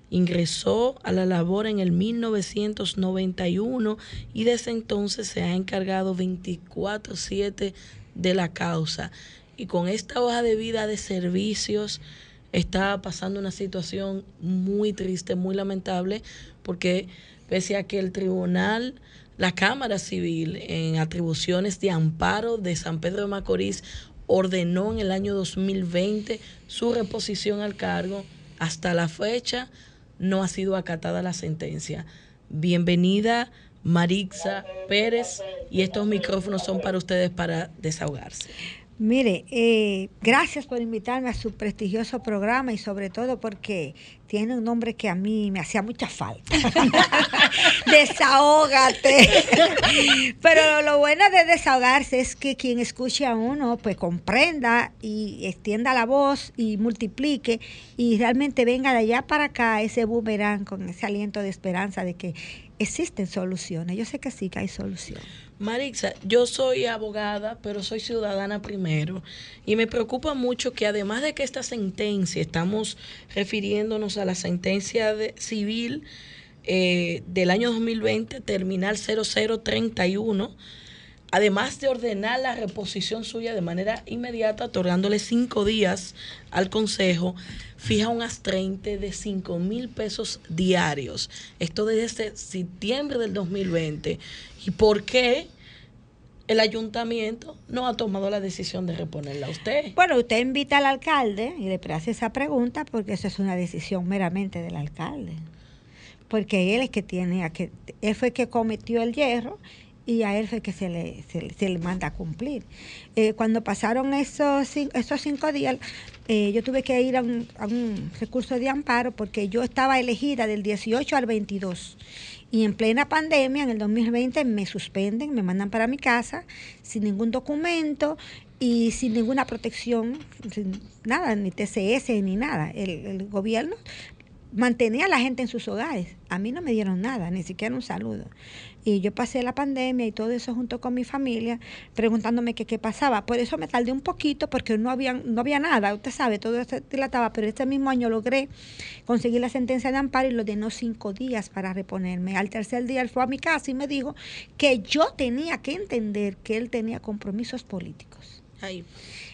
Ingresó a la labor en el mil novecientos noventa y uno y desde entonces se ha encargado veinticuatro siete de la causa. Y con esta hoja de vida de servicios está pasando una situación muy triste, muy lamentable, porque pese a que el tribunal, la Cámara Civil, en atribuciones de amparo de San Pedro de Macorís, ordenó en el año dos mil veinte su reposición al cargo, hasta la fecha no ha sido acatada la sentencia. Bienvenida, Maritza Pérez, y estos micrófonos son para ustedes para desahogarse. Mire, eh, gracias por invitarme a su prestigioso programa y sobre todo porque tiene un nombre que a mí me hacía mucha falta. Desahógate. Pero lo bueno de desahogarse es que quien escuche a uno, pues comprenda y extienda la voz y multiplique y realmente venga de allá para acá ese boomerang con ese aliento de esperanza de que existen soluciones. Yo sé que sí que hay soluciones. Marixa, yo soy abogada, pero soy ciudadana primero, y me preocupa mucho que además de que esta sentencia, estamos refiriéndonos a la sentencia de, civil eh, del año dos mil veinte, terminal cero cero treinta y uno, además de ordenar la reposición suya de manera inmediata, otorgándole cinco días al Consejo, fija un astrente de cinco mil pesos diarios. Esto desde septiembre del dos mil veinte. ¿Y por qué el ayuntamiento no ha tomado la decisión de reponerla a usted? Bueno, usted invita al alcalde y le hace esa pregunta porque eso es una decisión meramente del alcalde. Porque él es que tiene, que, él fue el que cometió el hierro y a él fue que se le, se, se le manda a cumplir. Eh, cuando pasaron esos, esos cinco días, eh, yo tuve que ir a un, a un recurso de amparo porque yo estaba elegida del dieciocho al veintidós. Y en plena pandemia, en el dos mil veinte, me suspenden, me mandan para mi casa sin ningún documento y sin ninguna protección, sin nada, ni T C S ni nada. El, el gobierno mantenía a la gente en sus hogares. A mí no me dieron nada, ni siquiera un saludo. Y yo pasé la pandemia y todo eso junto con mi familia, preguntándome qué pasaba. Por eso me tardé un poquito, porque no había, no había nada, usted sabe, todo se dilataba. Pero este mismo año logré conseguir la sentencia de amparo y lo denó cinco días para reponerme. Al tercer día él fue a mi casa y me dijo que yo tenía que entender que él tenía compromisos políticos. Ay.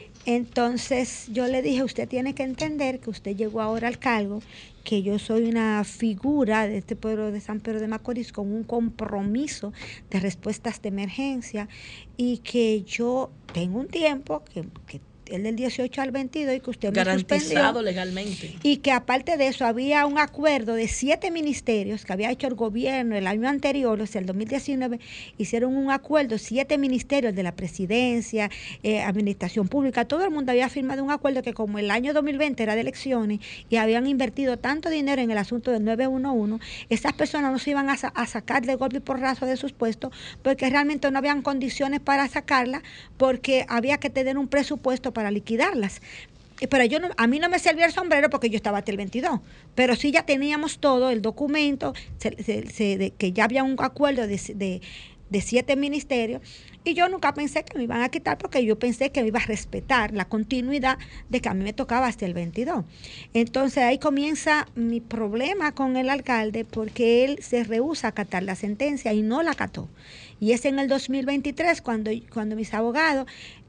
Entonces yo le dije, usted tiene que entender que usted llegó ahora al cargo, que yo soy una figura de este pueblo de San Pedro de Macorís con un compromiso de respuestas de emergencia y que yo tengo un tiempo que, que el del dieciocho al veintidós y que usted me suspendió. Garantizado legalmente. Y que aparte de eso había un acuerdo de siete ministerios que había hecho el gobierno el año anterior, o sea, el dos mil diecinueve, hicieron un acuerdo, siete ministerios de la presidencia, eh, administración pública, todo el mundo había firmado un acuerdo que como el año dos mil veinte era de elecciones y habían invertido tanto dinero en el asunto del nueve uno uno, esas personas no se iban a, a sacar de golpe y porrazo de sus puestos porque realmente no habían condiciones para sacarla porque había que tener un presupuesto para para liquidarlas. Pero yo no, a mí no me servía el sombrero porque yo estaba hasta el veintidós, pero sí ya teníamos todo, el documento, se, se, se, de, que ya había un acuerdo de, de, de siete ministerios, y yo nunca pensé que me iban a quitar porque yo pensé que me iba a respetar la continuidad de que a mí me tocaba hasta el veintidós. Entonces ahí comienza mi problema con el alcalde porque él se rehúsa a acatar la sentencia y no la acató. Y es en el dos mil veintitrés cuando, cuando mis abogados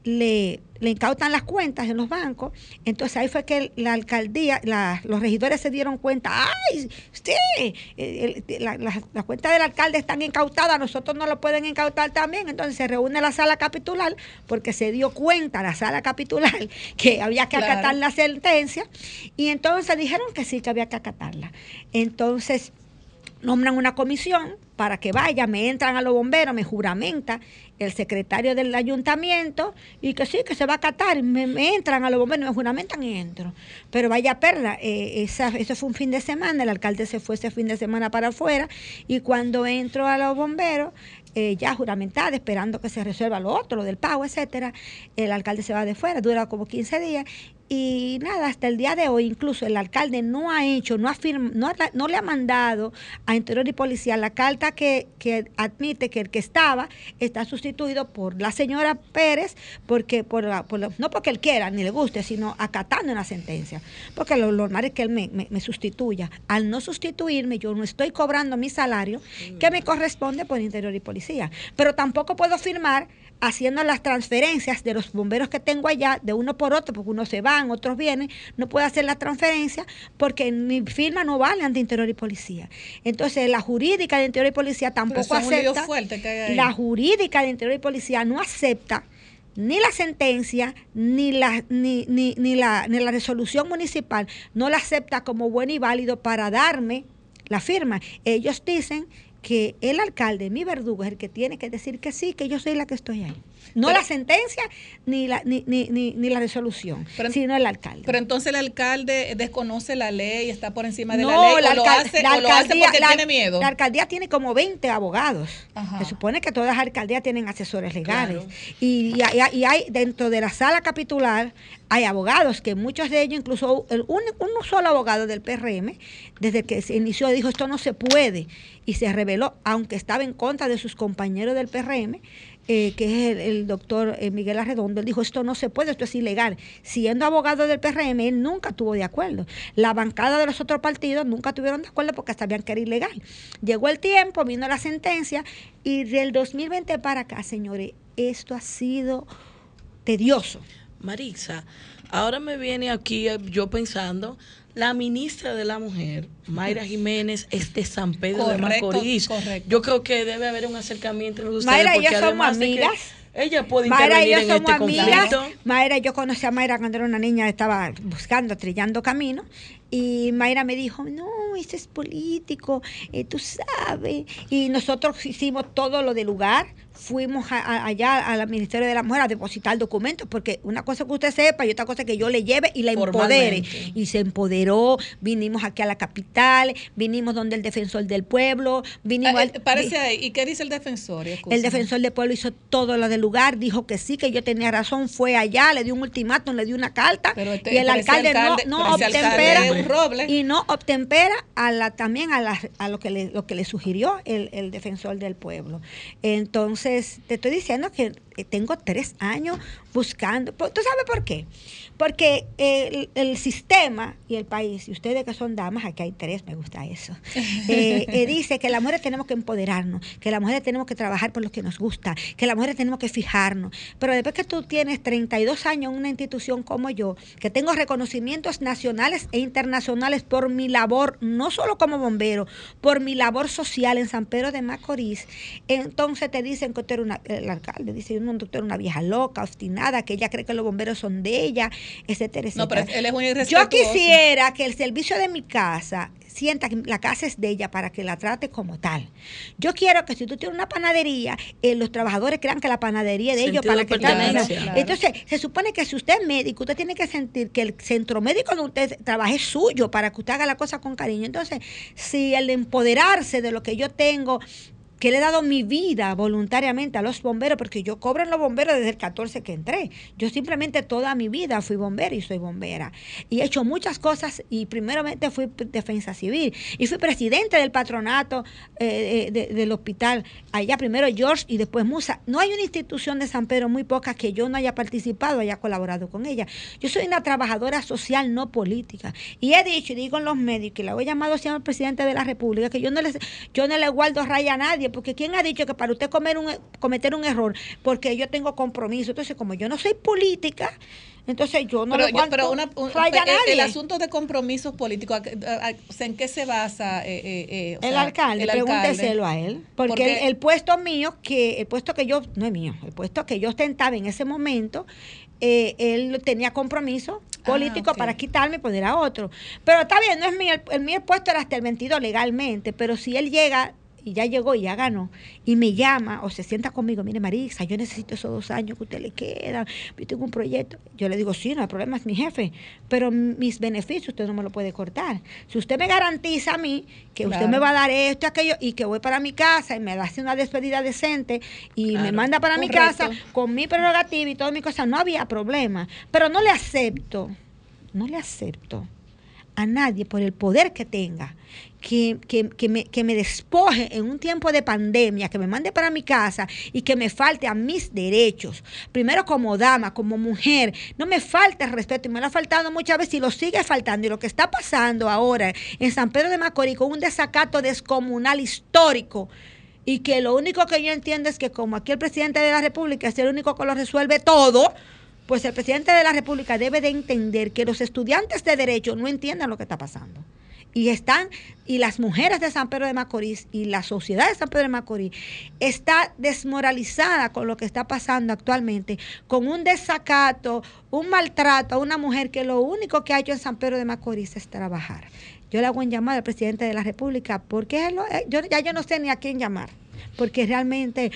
le, le incautan las cuentas en los bancos. Entonces ahí fue que la alcaldía, la, los regidores se dieron cuenta, ¡ay, sí! El, el, la, la, las cuentas del alcalde están incautadas, nosotros no lo pueden incautar también. Entonces se reúne la sala capitular porque se dio cuenta la sala capitular que había que claro. acatar la sentencia. Y entonces dijeron que sí, que había que acatarla. Entonces nombran una comisión para que vaya, me entran a los bomberos, me juramenta el secretario del ayuntamiento y que sí, que se va a acatar, me, me entran a los bomberos, me juramentan y entro. Pero vaya perla, eh, esa, eso fue un fin de semana, el alcalde se fue ese fin de semana para afuera y cuando entro a los bomberos, eh, ya juramentada, esperando que se resuelva lo otro, lo del pago, etcétera, el alcalde se va de fuera, dura como quince días. Y nada, hasta el día de hoy, incluso el alcalde no ha hecho, no ha firma, no, no le ha mandado a Interior y Policía la carta que, que admite que el que estaba está sustituido por la señora Pérez, porque por, la, por la, no porque él quiera ni le guste, sino acatando una sentencia. Porque lo normal es que él me, me, me sustituya. Al no sustituirme, yo no estoy cobrando mi salario que me corresponde por Interior y Policía. Pero tampoco puedo firmar haciendo las transferencias de los bomberos que tengo allá, de uno por otro, porque unos se van, otros vienen, no puedo hacer la transferencia porque mi firma no vale ante Interior y Policía. Entonces, la jurídica de Interior y Policía tampoco acepta, la jurídica de Interior y Policía no acepta ni la sentencia, ni la, ni, ni, ni la, ni la resolución municipal, no la acepta como bueno y válido para darme la firma. Ellos dicen que el alcalde, mi verdugo, es el que tiene que decir que sí, que yo soy la que estoy ahí. No Pero- la sentencia ni la, ni, ni, ni, ni la resolución, Pero- sino el alcalde. Pero entonces el alcalde desconoce la ley, está por encima de No, la ley, la o, lo alcal- hace, la o lo hace alcaldía- porque la- tiene miedo. La alcaldía tiene como veinte abogados. Ajá. Se supone que todas las alcaldías tienen asesores legales. Claro. Y, y hay, y hay dentro de la sala capitular, hay abogados, que muchos de ellos, incluso el, un, un solo abogado del P R M, desde que se inició, dijo esto no se puede. Y se reveló, aunque estaba en contra de sus compañeros del P R M, eh, que es el, el doctor eh, Miguel Arredondo, él dijo esto no se puede, esto es ilegal. Siendo abogado del P R M, él nunca estuvo de acuerdo. La bancada de los otros partidos nunca estuvieron de acuerdo porque sabían que era ilegal. Llegó el tiempo, vino la sentencia y del dos mil veinte para acá, señores, esto ha sido tedioso. Marixa, ahora me viene aquí eh, yo pensando, la ministra de la Mujer, Mayra Jiménez, es de San Pedro Correcto, de Macorís. correcto. Yo creo que debe haber un acercamiento entre ustedes. Mayra y yo porque somos además de que amigas. ella puede Mayra y intervenir yo en somos este amigas. conflicto. Mayra, yo conocí a Mayra cuando era una niña, estaba buscando, trillando camino. Y Mayra me dijo, no, eso es político, eh, tú sabes. Y nosotros hicimos todo lo del lugar. Fuimos a- a- allá al Ministerio de la Mujer a depositar documentos, porque una cosa que usted sepa y otra cosa que yo le lleve y la empodere. Formalmente. Y se empoderó, vinimos aquí a la capital, vinimos donde el defensor del pueblo, vinimos... Ah, al- eh, párese vi- ahí. ¿Y qué dice el defensor? Escúchame. el defensor del pueblo hizo todo lo del lugar, dijo que sí, que yo tenía razón, fue allá, le dio un ultimátum, le dio una carta, Pero este- y el pero ese alcalde, alcalde- no, no pero ese obtempera alcalde es un roble. y no obtempera a la también a, la, a lo que le lo que le sugirió el, el defensor del pueblo. Entonces, te estoy diciendo que eh, tengo tres años buscando. ¿Tú sabes por qué? Porque el, el sistema y el país, y ustedes que son damas, aquí hay tres, me gusta eso, eh, eh, dice que las mujeres tenemos que empoderarnos, que las mujeres tenemos que trabajar por lo que nos gusta, que las mujeres tenemos que fijarnos. Pero después que tú tienes treinta y dos años en una institución como yo, que tengo reconocimientos nacionales e internacionales por mi labor, no solo como bombero, por mi labor social en San Pedro de Macorís, entonces te dicen que tú eres una, el alcalde dice, un doctor, una vieja loca, obstinada, que ella cree que los bomberos son de ella, etcétera, etcétera. No, pero él es un Yo irrespetuoso. quisiera que el servicio de mi casa sienta que la casa es de ella para que la trate como tal. Yo quiero que si tú tienes una panadería, eh, los trabajadores crean que la panadería es de ellos Sentido para de que pertenencia. traten. Claro. Entonces, se supone que si usted es médico, usted tiene que sentir que el centro médico donde usted trabaje es suyo para que usted haga la cosa con cariño. Entonces, si el empoderarse de lo que yo tengo, que le he dado mi vida voluntariamente a los bomberos, porque yo cobro en los bomberos desde el catorce que entré. Yo simplemente toda mi vida fui bombera y soy bombera. Y he hecho muchas cosas y primeramente fui defensa civil y fui presidente del patronato eh, de- del hospital. Allá primero George y después Musa. No hay una institución de San Pedro, muy pocas, que yo no haya participado, haya colaborado con ella. Yo soy una trabajadora social, no política. Y he dicho y digo en los medios, que la he llamado siempre al presidente de la República, que yo no, les, yo no le guardo raya a nadie, porque ¿quién ha dicho que para usted comer un, cometer un error, porque yo tengo compromiso? Entonces, como yo no soy política, entonces yo no pero, le yo- guardo pero una, un- raya a el- el, nadie. asunto de compromisos políticos, ¿a- a- a- o sea, ¿en qué se basa? eh, eh, eh, o El sea, alcalde, el alcalde? pregúnteselo a él. Porque, Porque- el, el puesto mío, que el puesto que yo, no es mío, el puesto que yo ostentaba en ese momento, eh, él tenía compromiso político ok. para quitarme y poner a otro. Pero está bien, no es mío, el, el mío puesto era hasta el veintidós legalmente, pero si él llega y ya llegó y ya ganó, y me llama o se sienta conmigo, mire Marixa, yo necesito esos dos años que usted le quedan, yo tengo un proyecto. Yo le digo, sí, no hay problema, es mi jefe, pero mis beneficios usted no me lo puede cortar. Si usted me garantiza a mí que Claro. usted me va a dar esto, aquello, y que voy para mi casa y me hace una despedida decente y me Claro. manda para mi Correcto. casa con mi prerrogativa y todas mis cosas, no había problema. Pero no le acepto, no le acepto a nadie por el poder que tenga, que, que, que, me, que me despoje en un tiempo de pandemia, que me mande para mi casa y que me falte a mis derechos. Primero como dama, como mujer, no me falta el respeto y me lo ha faltado muchas veces y lo sigue faltando. Y lo que está pasando ahora en San Pedro de Macorís con un desacato descomunal histórico, y que lo único que yo entiendo es que como aquí el presidente de la República es el único que lo resuelve todo, pues el presidente de la República debe de entender que los estudiantes de Derecho no entienden lo que está pasando. Y están, y las mujeres de San Pedro de Macorís y la sociedad de San Pedro de Macorís está desmoralizada con lo que está pasando actualmente, con un desacato, un maltrato a una mujer que lo único que ha hecho en San Pedro de Macorís es trabajar. Yo le hago un llamado al presidente de la República porque él lo- eh, yo, ya yo no sé ni a quién llamar, porque realmente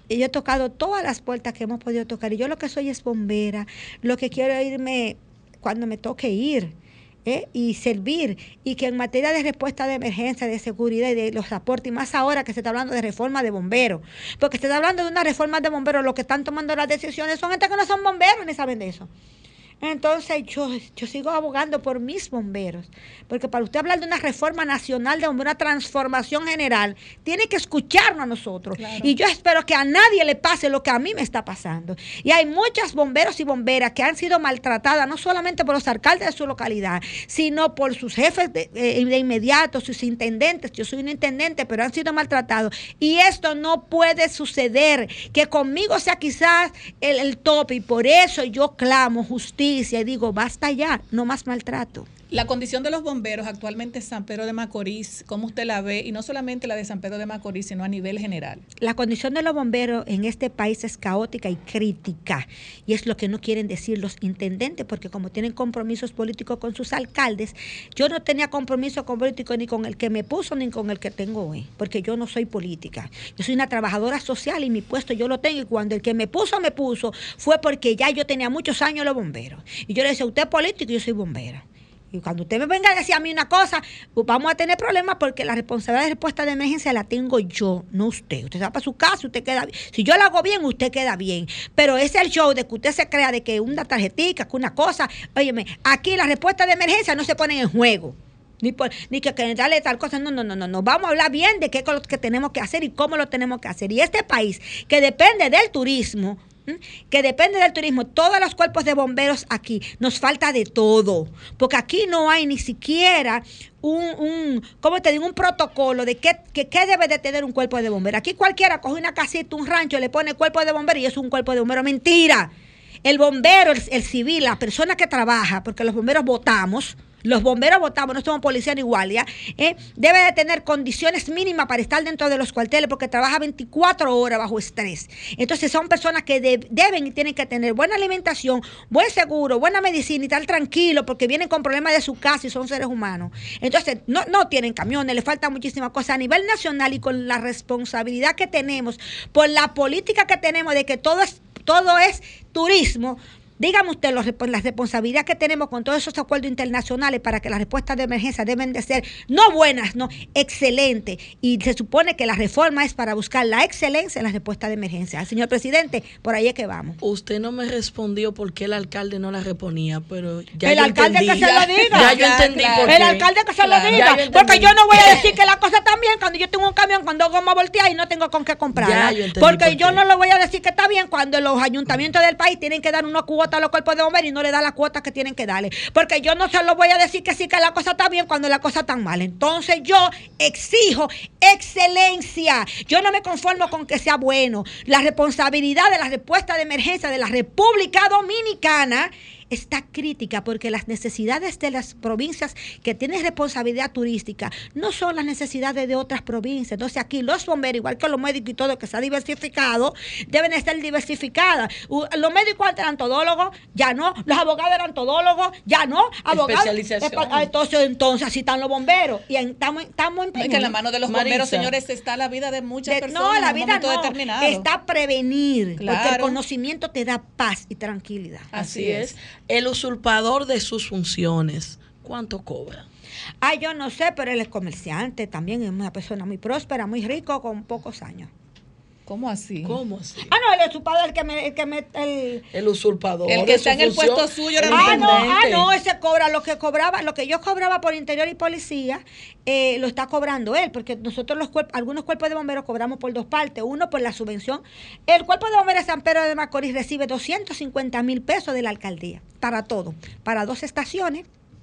yo he tocado todas las puertas que hemos podido tocar. Y yo lo que soy es bombera. Lo que quiero es irme cuando me toque ir. ¿Eh? Y servir, y que en materia de respuesta de emergencia, de seguridad y de los aportes, y más ahora que se está hablando de reforma de bomberos, porque se está hablando de una reforma de bomberos, los que están tomando las decisiones son gente que no son bomberos ni saben de eso. Entonces yo, yo sigo abogando por mis bomberos, porque para usted hablar de una reforma nacional, de una transformación general, tiene que escucharnos a nosotros. Claro. Y yo espero que a nadie le pase lo que a mí me está pasando. Y hay muchas bomberos y bomberas que han sido maltratadas, no solamente por los alcaldes de su localidad, sino por sus jefes de, de inmediato, sus intendentes. Yo soy un intendente, pero han sido maltratados. Y esto no puede suceder, que conmigo sea quizás el, el tope, y por eso yo clamo justicia. Y digo, basta ya, no más maltrato. La condición de los bomberos actualmente en San Pedro de Macorís, ¿cómo usted la ve? Y no solamente la de San Pedro de Macorís, sino a nivel general. La condición de los bomberos en este país es caótica y crítica. Y es lo que no quieren decir los intendentes, porque como tienen compromisos políticos con sus alcaldes, yo no tenía compromiso con político ni con el que me puso ni con el que tengo hoy, porque yo no soy política. Yo soy una trabajadora social y mi puesto yo lo tengo. Y cuando el que me puso, me puso, fue porque ya yo tenía muchos años los bomberos. Y yo le decía, usted es político y yo soy bombera. Y cuando usted me venga a decir a mí una cosa, pues vamos a tener problemas, porque la responsabilidad de respuesta de emergencia la tengo yo, no usted. Usted se va para su casa, usted queda bien. Si yo la hago bien, usted queda bien. Pero ese es el show de que usted se crea de que una tarjetita, que una cosa. Óyeme, aquí las respuestas de emergencia no se ponen en juego. Ni, por, ni que, que darle tal cosa, no, no, no, no, no. Vamos a hablar bien de qué es lo que tenemos que hacer y cómo lo tenemos que hacer. Y este país, que depende del turismo, que depende del turismo, todos los cuerpos de bomberos aquí, nos falta de todo, porque aquí no hay ni siquiera un, un ¿cómo te digo? Un protocolo de qué, que, qué debe de tener un cuerpo de bomberos. Aquí cualquiera coge una casita, un rancho, le pone cuerpo de bomberos y es un cuerpo de bomberos. Mentira. El bombero, el, el civil, la persona que trabaja, porque los bomberos votamos, los bomberos votamos, no somos policía ni guardia, ¿eh? Debe de tener condiciones mínimas para estar dentro de los cuarteles, porque trabaja veinticuatro horas bajo estrés. Entonces son personas que de, deben y tienen que tener buena alimentación, buen seguro, buena medicina y estar tranquilos, porque vienen con problemas de su casa y son seres humanos. Entonces no, no tienen camiones, les faltan muchísimas cosas a nivel nacional, y con la responsabilidad que tenemos, por la política que tenemos de que todo es, todo es turismo. Dígame usted los, la responsabilidad que tenemos con todos esos acuerdos internacionales para que las respuestas de emergencia deben de ser no buenas, no excelentes. Y se supone que la reforma es para buscar la excelencia en las respuestas de emergencia. Señor presidente, por ahí es que vamos. Usted no me respondió por qué el alcalde no la reponía, pero ya el yo alcalde entendí. que se lo diga. Ya yo entendí claro. por qué. El alcalde que se Claro. lo diga. Ya yo Porque entendí. yo no voy a decir que la cosa está bien cuando yo tengo un camión con dos gomas volteadas y no tengo con qué comprar. Ya yo entendí Porque por yo qué. no le voy a decir que está bien cuando los ayuntamientos del país tienen que dar una cuota a los cuerpos de bomberos y no le da la cuota que tienen que darle. Porque yo no se lo voy a decir que sí, que la cosa está bien cuando la cosa está mal. Entonces yo exijo excelencia. Yo no me conformo con que sea bueno. La responsabilidad de la respuesta de emergencia de la República Dominicana está crítica, porque las necesidades de las provincias que tienen responsabilidad turística no son las necesidades de otras provincias. Entonces aquí los bomberos, igual que los médicos y todo, que se ha diversificado, deben estar diversificadas. Los médicos antes eran todólogos, ya no. Los abogados eran todólogos, ya no. Abogados, Especialización. entonces, entonces así están los bomberos. Y estamos, estamos en No, es que en la mano de los Marisa. bomberos, señores, está la vida de muchas de- personas no, la en un vida momento no, determinado. está prevenir, porque el Claro. conocimiento te da paz y tranquilidad. Así es. El usurpador de sus funciones, ¿cuánto cobra? Ah, yo no sé, pero él es comerciante, también es una persona muy próspera, muy rico, con pocos años. ¿Cómo así? ¿Cómo así? Ah, no, el usurpador, el que me... El, que me, el, El usurpador. El que de está su en el función, puesto suyo era el el ah, no, ah, intendente. no, ese cobra lo que cobraba, lo que yo cobraba por interior y policía, eh, lo está cobrando él, porque nosotros los cuerpos, algunos cuerpos de bomberos cobramos por dos partes, uno por la subvención. El cuerpo de bomberos de San Pedro de Macorís recibe doscientos cincuenta mil pesos de la alcaldía, para todo, para dos estaciones,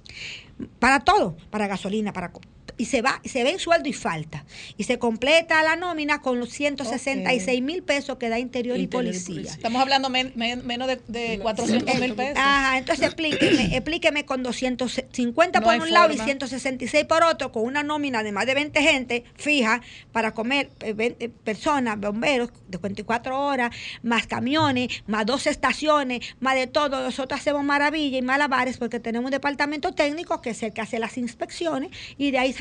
para todo, para gasolina, para... y se va, se ve en sueldo y falta. Y se completa la nómina con los ciento sesenta y seis mil pesos que da interior, Interior y y policía. policía. Estamos hablando men- men- menos de, de cuatrocientos mil pesos. Ajá, entonces explíqueme, explíqueme con doscientos cincuenta No por hay un lado y forma. ciento sesenta y seis por otro, con una nómina de más de veinte gente fija para comer eh, veinte personas, bomberos de cuarenta y cuatro horas, más camiones, más dos estaciones, más de todo. Nosotros hacemos maravilla y malabares porque tenemos un departamento técnico que es el que hace las inspecciones y de ahí sacamos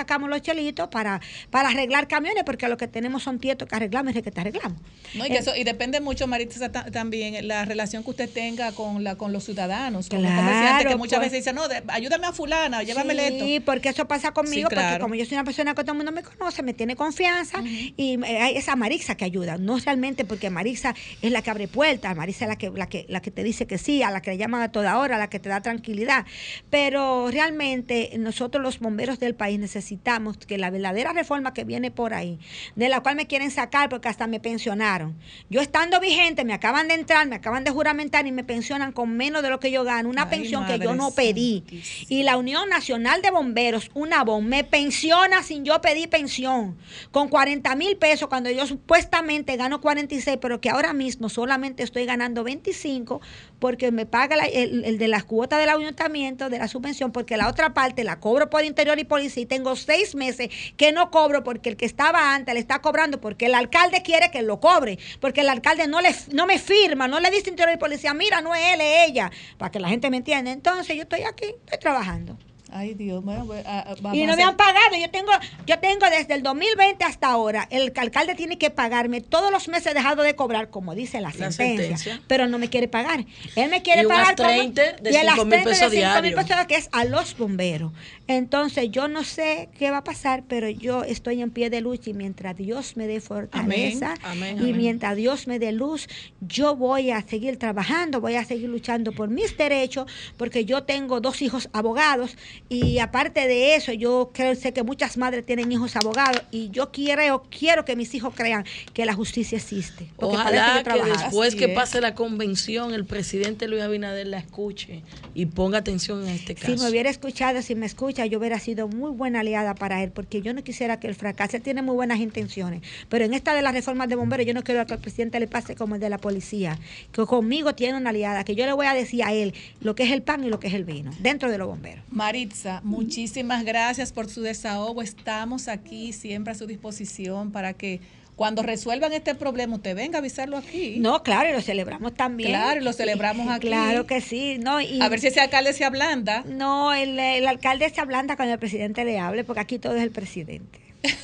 sacamos los chelitos para, para arreglar camiones, porque lo que tenemos son tietos que arreglamos y que te arreglamos. No, y, que eso, y depende mucho, Maritza, ta- también la relación que usted tenga con la con los ciudadanos, con Claro, los comerciantes, que muchas pues. veces dicen, no, de- ayúdame a fulana, llévamele esto. Sí, porque eso pasa conmigo, Sí, porque claro. como yo soy una persona que todo el mundo me conoce, me tiene confianza, y eh, hay esa Marixa que ayuda, no realmente porque Marixa es la que abre puertas, Marixa es la que, la que, la que te dice que sí, a la que le llaman a toda hora, a la que te da tranquilidad, pero realmente nosotros los bomberos del país necesitamos que la verdadera reforma que viene por ahí, de la cual me quieren sacar porque hasta me pensionaron, yo estando vigente, me acaban de entrar, me acaban de juramentar y me pensionan con menos de lo que yo gano, una Ay, pensión que yo Madre no pedí, Santísima. y la Unión Nacional de Bomberos, una B O M, me pensiona sin yo pedir pensión, con cuarenta mil pesos, cuando yo supuestamente gano cuarenta y seis, pero que ahora mismo solamente estoy ganando veinticinco, porque me paga la- el, el de las cuotas del ayuntamiento, de la subvención, porque la otra parte la cobro por Interior y Policía, y tengo seis meses que no cobro, porque el que estaba antes le está cobrando, porque el alcalde quiere que lo cobre, porque el alcalde no, le, no me firma, no le dice Interior y Policía, mira, no es él, es ella, para que la gente me entienda. Entonces yo estoy aquí, estoy trabajando. Ay, Dios, bueno, pues, ah, ah, vamos Y a no me hacer- han pagado. Yo tengo, yo tengo desde el dos mil veinte hasta ahora, el alcalde tiene que pagarme todos los meses, he dejado de cobrar, como dice la, La sentencia, sentencia. pero no me quiere pagar. Él me quiere Y un pagar como- astrente de y el cinco mil astrente pesos de cinco mil diarios. pesos, que es a los bomberos. Entonces yo no sé qué va a pasar, pero yo estoy en pie de lucha, y mientras Dios me dé fortaleza, Amén, y amén. mientras Dios me dé luz, yo voy a seguir trabajando, voy a seguir luchando por mis derechos, porque yo tengo dos hijos abogados, y aparte de eso, yo creo, sé que muchas madres tienen hijos abogados, y yo quiero, quiero que mis hijos crean que la justicia existe. Porque para eso yo Ojalá he que trabajado. después Así que es. pase la convención, el presidente Luis Abinader la escuche y ponga atención en este caso. Si me hubiera escuchado, si me escucha, yo hubiera sido muy buena aliada para él, porque yo no quisiera que él fracase. Él tiene muy buenas intenciones, pero en esta de las reformas de bomberos, yo no quiero que al presidente le pase como el de la policía, que conmigo tiene una aliada, que yo le voy a decir a él lo que es el pan y lo que es el vino, dentro de los bomberos. Maritza, muchísimas gracias por su desahogo. Estamos aquí siempre a su disposición para que cuando resuelvan este problema usted venga a avisarlo aquí. No, claro, y lo celebramos también. Claro, y lo celebramos aquí. Claro que sí. No, y, A ver si ese alcalde se ablanda. No, el, el alcalde se ablanda cuando el presidente le hable, porque aquí todo es el presidente.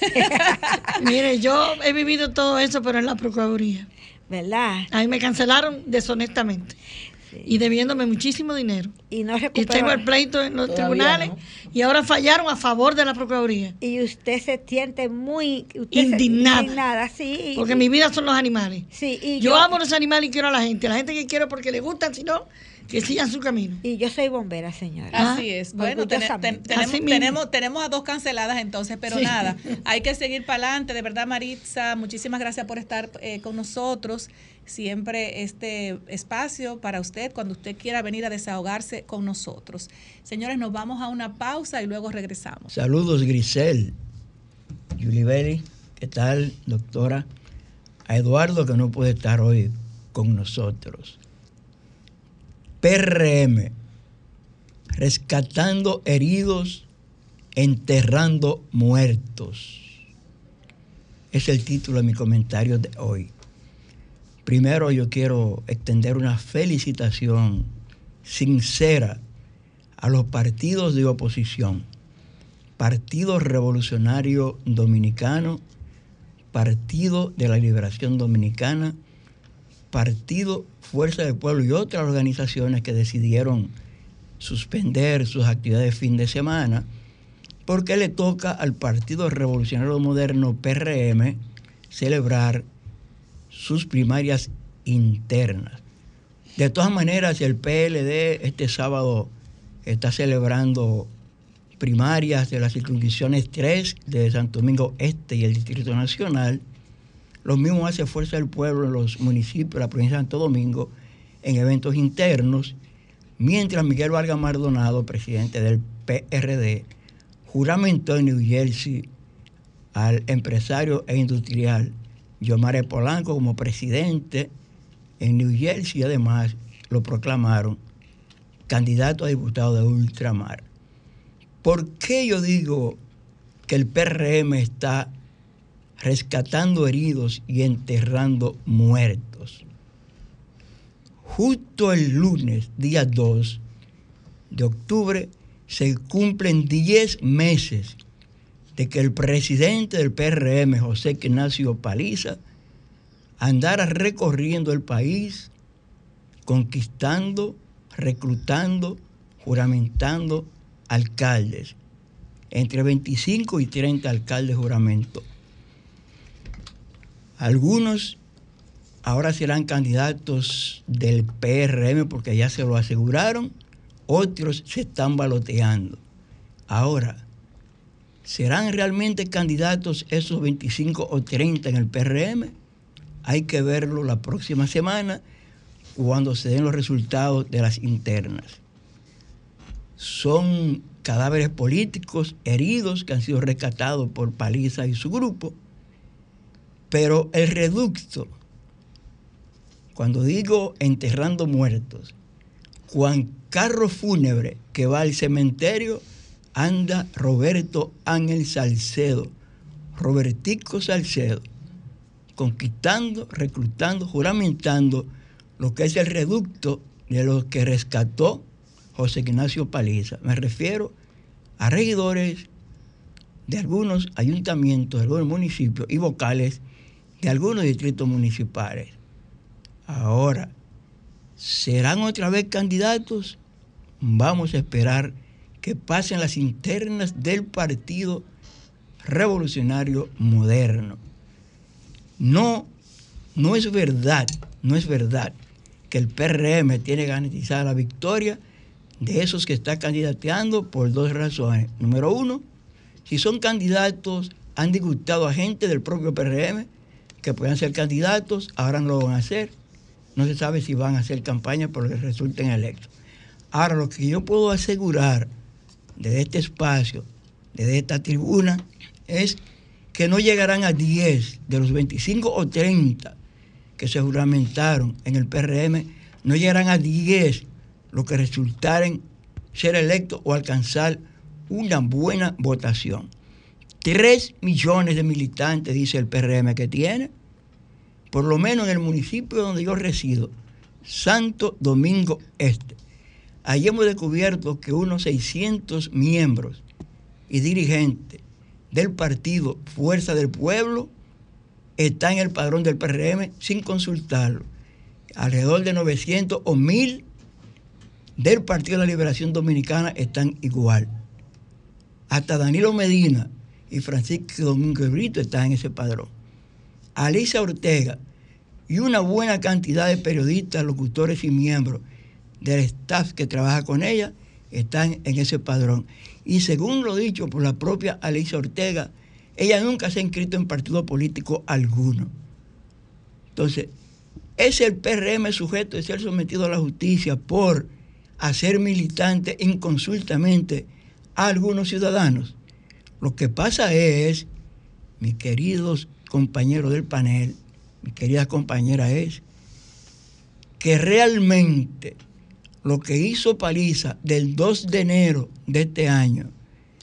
Mire, yo he vivido todo eso, pero en la Procuraduría. ¿Verdad? Ahí me cancelaron deshonestamente y debiéndome muchísimo dinero. Y no Y recuperó. tengo el pleito en los Todavía tribunales no. y ahora fallaron a favor de la Procuraduría. Y usted se siente muy usted Indignada. Se, indignada, sí. Porque y, mi vida son los animales. sí, y Yo amo los animales y quiero a la gente. La gente que quiero porque le gustan, si no, que sigan su camino. Y yo soy bombera, señora. Ah, Así es. Bueno, ten- ten- orgullosamente. tenemos, Así mismo. tenemos, tenemos a dos canceladas entonces, pero Sí. nada, hay que seguir para adelante. De verdad, Maritza, muchísimas gracias por estar eh, con nosotros. Siempre este espacio para usted, cuando usted quiera venir a desahogarse con nosotros. Señores, nos vamos a una pausa y luego regresamos. Saludos, Grisel, Yulibeli, ¿qué tal, doctora? A Eduardo, que no puede estar hoy con nosotros. P R M, rescatando heridos, enterrando muertos. Es el título de mi comentario de hoy. Primero yo quiero extender una felicitación sincera a los partidos de oposición, Partido Revolucionario Dominicano, Partido de la Liberación Dominicana, Partido Fuerza del Pueblo y otras organizaciones que decidieron suspender sus actividades de fin de semana, porque le toca al Partido Revolucionario Moderno, P R M, celebrar sus primarias internas. De todas maneras, el P L D este sábado está celebrando primarias de las circunscripciones tres de Santo Domingo Este y el Distrito Nacional. Lo mismo hace Fuerza del Pueblo en los municipios de la provincia de Santo Domingo en eventos internos, mientras Miguel Vargas Maldonado, presidente del P R D, juramentó en New Jersey al empresario e industrial Yomare Polanco como presidente en New Jersey, y además lo proclamaron candidato a diputado de ultramar. ¿Por qué yo digo que el P R M está rescatando heridos y enterrando muertos? Justo el lunes, día dos de octubre, se cumplen diez meses de que el presidente del P R M, José Ignacio Paliza, andara recorriendo el país, conquistando, reclutando, juramentando alcaldes, entre veinticinco y treinta alcaldes juramentó. Algunos ahora serán candidatos del P R M porque ya se lo aseguraron, otros se están baloteando. Ahora, ¿serán realmente candidatos esos veinticinco o treinta en el P R M? Hay que verlo la próxima semana cuando se den los resultados de las internas. Son cadáveres políticos heridos que han sido rescatados por Paliza y su grupo, pero el reducto, cuando digo enterrando muertos, Juan carro fúnebre que va al cementerio, anda Roberto Ángel Salcedo, Robertico Salcedo, conquistando, reclutando, juramentando lo que es el reducto de lo que rescató José Ignacio Paliza. Me refiero a regidores de algunos ayuntamientos, de algunos municipios y vocales de algunos distritos municipales. Ahora, ¿serán otra vez candidatos? Vamos a esperar que pasen las internas del Partido Revolucionario Moderno. No, no es verdad, no es verdad que el P R M tiene garantizada la victoria de esos que está candidateando por dos razones. Número uno, si son candidatos, han disgustado a gente del propio P R M que puedan ser candidatos, ahora no lo van a hacer. No se sabe si van a hacer campaña, pero les resulten electos. Ahora, lo que yo puedo asegurar desde este espacio, desde esta tribuna, es que no llegarán a diez de los veinticinco o treinta que se juramentaron en el P R M, no llegarán a diez los que resultaren ser electos o alcanzar una buena votación. Tres millones de militantes, dice el P R M, que tiene, por lo menos en el municipio donde yo resido, Santo Domingo Este. Allí hemos descubierto que unos seiscientos miembros y dirigentes del partido Fuerza del Pueblo están en el padrón del P R M sin consultarlo. Alrededor de novecientos o mil del Partido de la Liberación Dominicana están igual. Hasta Danilo Medina y Francisco Domingo Brito están en ese padrón. Alicia Ortega y una buena cantidad de periodistas, locutores y miembros del staff que trabaja con ella están en ese padrón. Y según lo dicho por la propia Alicia Ortega, ella nunca se ha inscrito en partido político alguno. Entonces, ¿es el P R M sujeto de ser sometido a la justicia por hacer militante inconsultamente a algunos ciudadanos? Lo que pasa es, mis queridos compañeros del panel, mi querida compañera, es que realmente lo que hizo Paliza del dos de enero de este año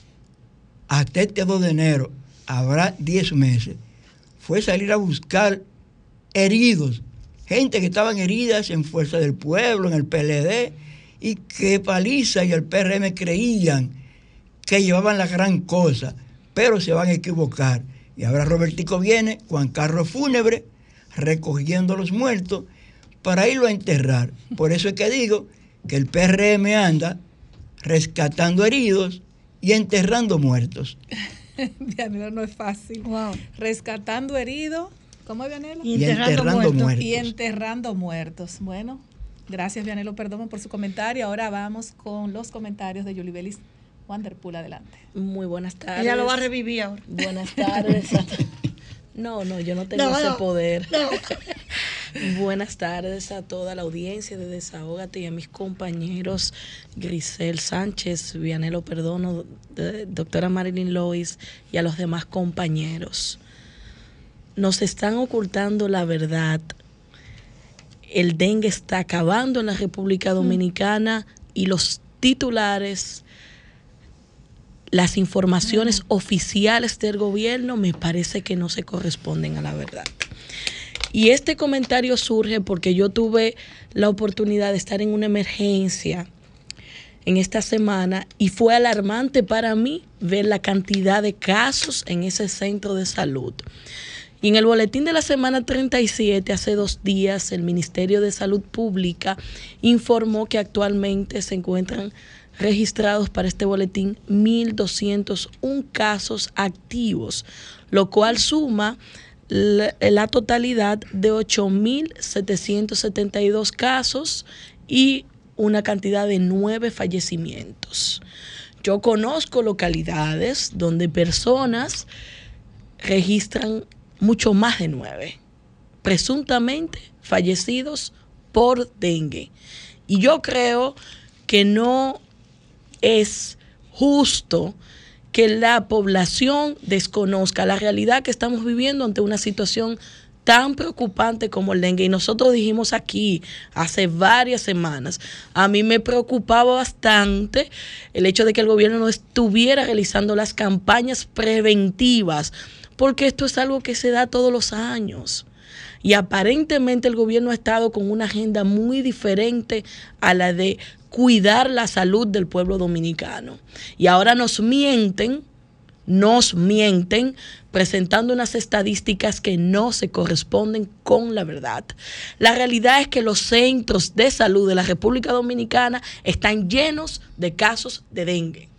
hasta este dos de enero, habrá diez meses, fue salir a buscar heridos, gente que estaban heridas en Fuerza del Pueblo, en el P L D, y que Paliza y el P R M creían que llevaban la gran cosa, pero se van a equivocar. Y ahora Robertico viene, Juan carro fúnebre, recogiendo los muertos para irlo a enterrar. Por eso es que digo que el P R M anda rescatando heridos y enterrando muertos. Vianela, no es fácil. Wow. Rescatando heridos, ¿cómo es, Vianela? Y enterrando, y enterrando muertos. Y enterrando muertos. Bueno, gracias, Vianelo Perdomo, por su comentario. Ahora vamos con los comentarios de Yulibelis Wanderpool. Adelante. Muy buenas tardes. Ella lo va a revivir ahora. Buenas tardes. No, no, yo no tengo no, ese no, poder. No. Buenas tardes a toda la audiencia de Desahógate y a mis compañeros Grisel Sánchez, Vianelo Perdomo, de, doctora Marilyn Lois y a los demás compañeros. Nos están ocultando la verdad. El dengue está acabando en la República Dominicana y los titulares, las informaciones oficiales del gobierno me parece que no se corresponden a la verdad. Y este comentario surge porque yo tuve la oportunidad de estar en una emergencia en esta semana y fue alarmante para mí ver la cantidad de casos en ese centro de salud. Y en el boletín de la semana treinta y siete, hace dos días, el Ministerio de Salud Pública informó que actualmente se encuentran registrados para este boletín mil doscientos uno casos activos, lo cual suma la, la totalidad de ocho mil setecientos setenta y dos casos y una cantidad de nueve fallecimientos. Yo conozco localidades donde personas registran mucho más de nueve, presuntamente fallecidos por dengue. Y yo creo que no es justo que la población desconozca la realidad que estamos viviendo ante una situación tan preocupante como el dengue. Y nosotros dijimos aquí hace varias semanas, a mí me preocupaba bastante el hecho de que el gobierno no estuviera realizando las campañas preventivas, porque esto es algo que se da todos los años. Y aparentemente el gobierno ha estado con una agenda muy diferente a la de cuidar la salud del pueblo dominicano. Y ahora nos mienten, nos mienten, presentando unas estadísticas que no se corresponden con la verdad. La realidad es que los centros de salud de la República Dominicana están llenos de casos de dengue.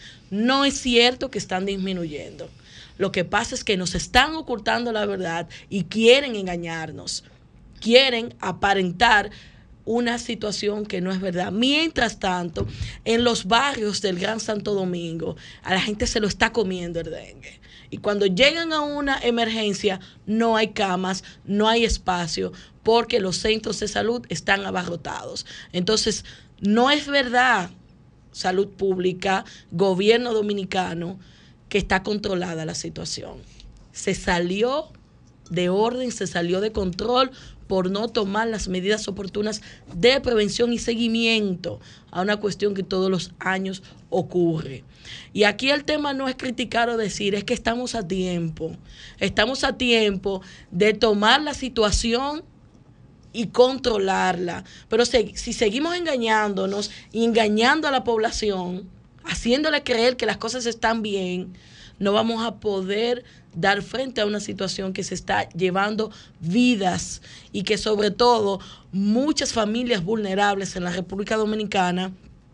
No es cierto que están disminuyendo. Lo que pasa es que nos están ocultando la verdad y quieren engañarnos, quieren aparentar una situación que no es verdad. Mientras tanto, en los barrios del Gran Santo Domingo, a la gente se lo está comiendo el dengue. Y cuando llegan a una emergencia, no hay camas, no hay espacio, porque los centros de salud están abarrotados. Entonces, no es verdad, salud pública, gobierno dominicano, que está controlada la situación. Se salió de orden, se salió de control por no tomar las medidas oportunas de prevención y seguimiento a una cuestión que todos los años ocurre. Y aquí el tema no es criticar o decir, es que estamos a tiempo. Estamos a tiempo de tomar la situación y controlarla. Pero si, si seguimos engañándonos y engañando a la población, haciéndole creer que las cosas están bien, no vamos a poder dar frente a una situación que se está llevando vidas y que sobre todo muchas familias vulnerables en la República Dominicana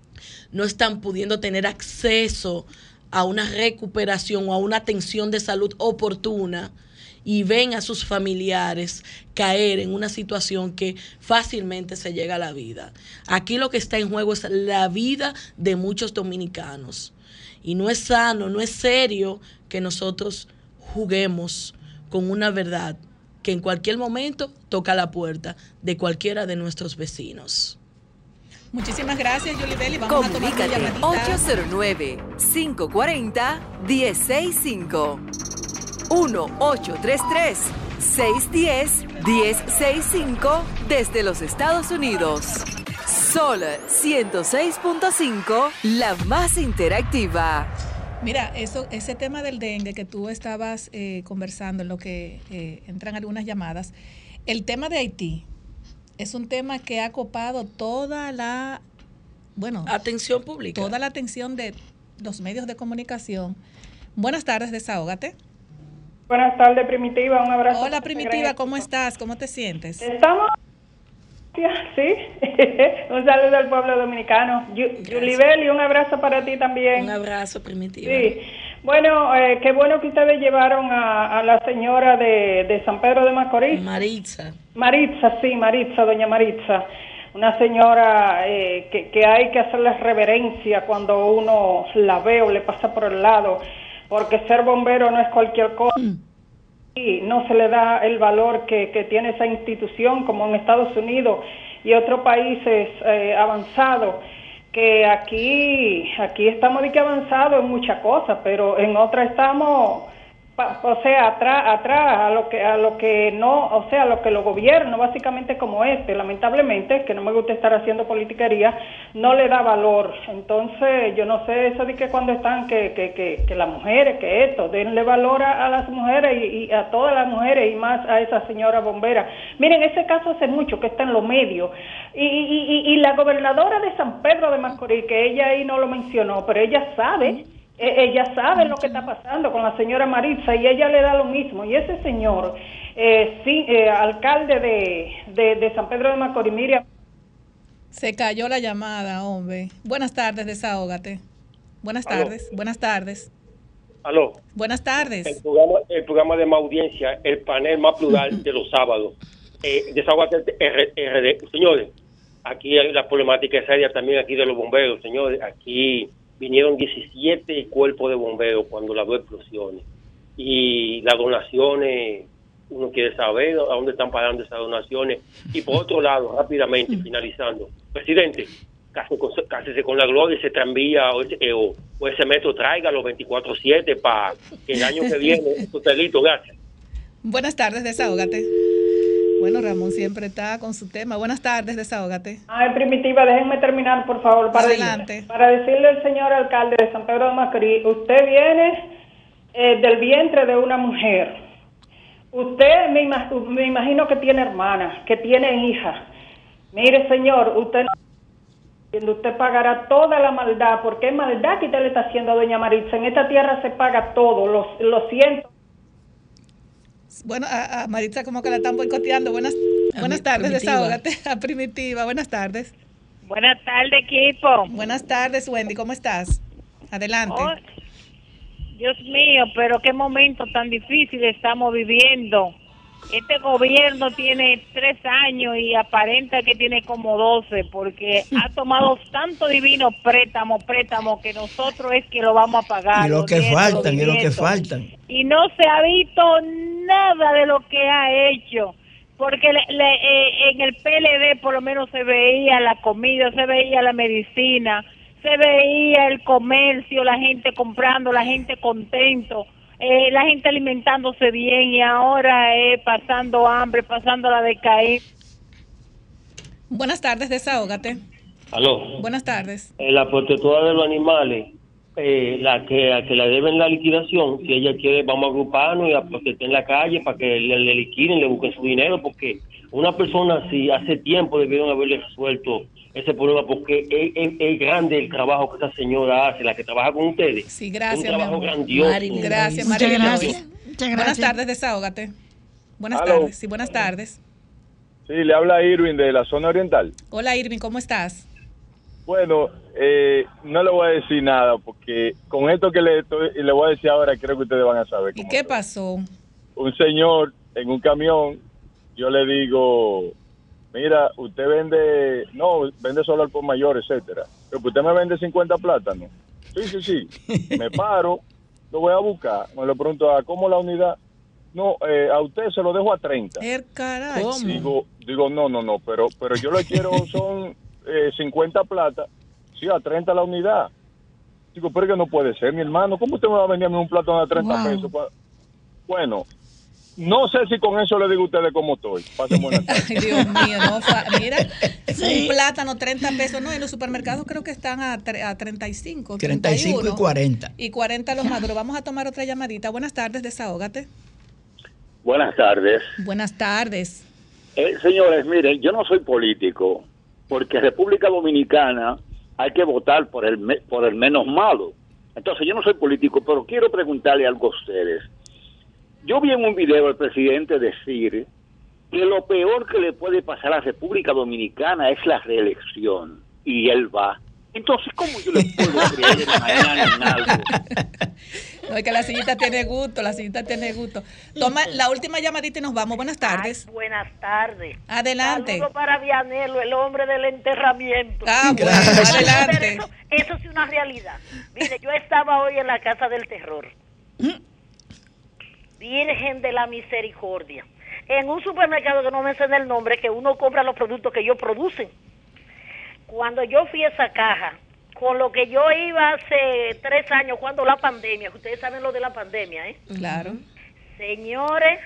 no están pudiendo tener acceso a una recuperación o a una atención de salud oportuna y ven a sus familiares caer en una situación que fácilmente se llega a la vida. Aquí lo que está en juego es la vida de muchos dominicanos. Y no es sano, no es serio que nosotros juguemos con una verdad que en cualquier momento toca la puerta de cualquiera de nuestros vecinos. Muchísimas gracias, Yulibel. Y vamos a tomar una llamadita. ocho cero nueve, cinco cuatro cero, uno cero seis cinco. uno ocho tres tres, seis uno cero, uno cero seis cinco desde los Estados Unidos. Sol ciento seis punto cinco, la más interactiva. Mira, eso, ese tema del dengue que tú estabas eh, conversando, en lo que eh, entran algunas llamadas, el tema de Haití es un tema que ha copado toda la, bueno, atención pública, toda la atención de los medios de comunicación. Buenas tardes, desahógate. Buenas tardes, Primitiva, un abrazo. Hola, Primitiva, ¿cómo estás? ¿Cómo te sientes? Estamos, sí, un saludo al pueblo dominicano. Yulibel, y un abrazo para ti también. Un abrazo, Primitiva. Sí, bueno, eh, qué bueno que ustedes llevaron a, a la señora de, de San Pedro de Macorís. Maritza. Maritza, sí, Maritza, doña Maritza. Una señora eh, que, que hay que hacerle reverencia cuando uno la ve o le pasa por el lado, porque ser bombero no es cualquier cosa. Mm. Y no se le da el valor que, que tiene esa institución, como en Estados Unidos y otros países eh, avanzados, que aquí aquí estamos de que avanzados en muchas cosas, pero en otras estamos pa, o sea, atrás, atrás a lo que a lo que no, o sea, a lo que los gobiernos, básicamente como este, lamentablemente, que no me gusta estar haciendo politiquería, no le da valor. Entonces, yo no sé, eso de que cuando están, que, que, que, que las mujeres, que esto, denle valor a, a las mujeres y, y a todas las mujeres y más a esa señora bombera. Miren, ese caso hace mucho que está en los medios. Y, y, y, y la gobernadora de San Pedro de Macorís, que ella ahí no lo mencionó, pero ella sabe, ella sabe lo que está pasando con la señora Maritza y ella le da lo mismo. Y ese señor, eh, sí, eh, alcalde de, de, de San Pedro de Macorís, Miriam. Se cayó la llamada, hombre. Buenas tardes, desahógate. Buenas Aló. tardes, buenas tardes. Aló. Buenas tardes. El programa, el programa de más audiencia, el panel más plural de los sábados. Eh, Desahógate R D. Señores, aquí hay la problemática seria también aquí de los bomberos, señores. Aquí vinieron diecisiete cuerpos de bomberos cuando las dos explosiones. Y las donaciones, uno quiere saber a dónde están parando esas donaciones. Y por otro lado, rápidamente, finalizando, presidente, cásese con, cásese con la gloria, ese tranvía o ese, eh, o, o ese metro traiga los veinticuatro siete para que el año que viene, estos delitos, gracias. Buenas tardes, desahógate. Bueno, Ramón siempre está con su tema. Buenas tardes, desahógate. Ay, Primitiva, déjenme terminar, por favor. Para Adelante. Decirle, para decirle al señor alcalde de San Pedro de Macorís, usted viene eh, del vientre de una mujer. Usted me, ima me imagino que tiene hermanas, que tiene hijas. Mire, señor, usted no... usted pagará toda la maldad, porque es maldad que usted le está haciendo a doña Maritza. En esta tierra se paga todo, lo, lo siento. Bueno, a, a Maritza como que la están boicoteando. Buenas, buenas tardes, desahógate. A Primitiva, buenas tardes. Buenas tardes, equipo. Buenas tardes, Wendy, ¿cómo estás? Adelante. Oh, Dios mío, pero qué momento tan difícil estamos viviendo. Este gobierno tiene tres años y aparenta que tiene como doce, porque ha tomado tanto divino préstamo, préstamo, que nosotros es que lo vamos a pagar. Y lo que nietos, faltan, y lo que nietos. faltan. Y no se ha visto nada de lo que ha hecho, porque le, le, eh, en el P L D por lo menos se veía la comida, se veía la medicina, se veía el comercio, la gente comprando, la gente contento. Eh, la gente alimentándose bien y ahora eh, pasando hambre, pasando la decaída. Buenas tardes, desahógate. Aló. Buenas tardes. Eh, la protectora de los animales, eh, la que a que la deben la liquidación, si ella quiere, vamos a agruparnos y a porque esté en la calle para que le, le liquiden, le busquen su dinero, porque una persona así hace tiempo debieron haberle resuelto ese problema, porque es, es, es grande el trabajo que esa señora hace, la que trabaja con ustedes. Sí, gracias. Un trabajo mi amor. grandioso. Marilyn. Gracias, Muchas Marilyn. gracias. Muchas Buenas gracias. tardes, desahógate. Buenas Aló. tardes. Sí, buenas tardes. Sí, le habla Irving de la zona oriental. Hola, Irving, ¿cómo estás? Bueno, eh, no le voy a decir nada porque con esto que le, estoy, le voy a decir ahora creo que ustedes van a saber. ¿Y qué pasó? Un señor en un camión, yo le digo, mira, usted vende, no, vende solo al por mayor, etcétera. Pero usted me vende cincuenta plátanos. Sí, sí, sí. Me paro, lo voy a buscar. Me lo pregunto, ¿a cómo la unidad? No, eh, a usted se lo dejo a treinta. El carajo. Digo, digo, no, no, no, pero, pero yo le quiero son eh, cincuenta plata. Sí, a treinta la unidad. Digo, pero es que no puede ser, mi hermano. ¿Cómo usted me va a vender a mí un plátano a treinta Wow. pesos? Bueno, no sé si con eso le digo a ustedes cómo estoy. Pasen buenas tardes. Ay, Dios mío, no, fa- mira, Sí. un plátano treinta pesos, no, en los supermercados creo que están a, tre- a treinta y cinco, treinta y cinco y cuarenta. Y cuarenta los maduros. Vamos a tomar otra llamadita. Buenas tardes, desahógate. Buenas tardes. Buenas tardes. Eh, señores, miren, yo no soy político, porque en República Dominicana hay que votar por el, me- por el menos malo. Entonces, yo no soy político, pero quiero preguntarle algo a ustedes. Yo vi en un video al presidente decir que lo peor que le puede pasar a la República Dominicana es la reelección, y él va. Entonces, ¿cómo yo le puedo creer mañana en algo? No, es que la sillita tiene gusto, la sillita tiene gusto. Toma la última llamadita y nos vamos. Buenas tardes. Ay, buenas tardes. Adelante. Saludo para Vianelo, el hombre del enterramiento. Ah, bueno, Pero adelante. Eso, eso es una realidad. Mire, yo estaba hoy en la Casa del Terror. Virgen de la Misericordia. En un supermercado que no me sé el nombre, que uno compra los productos que ellos producen. Cuando yo fui a esa caja, con lo que yo iba hace tres años cuando la pandemia, que ustedes saben lo de la pandemia, ¿eh? Claro. Señores,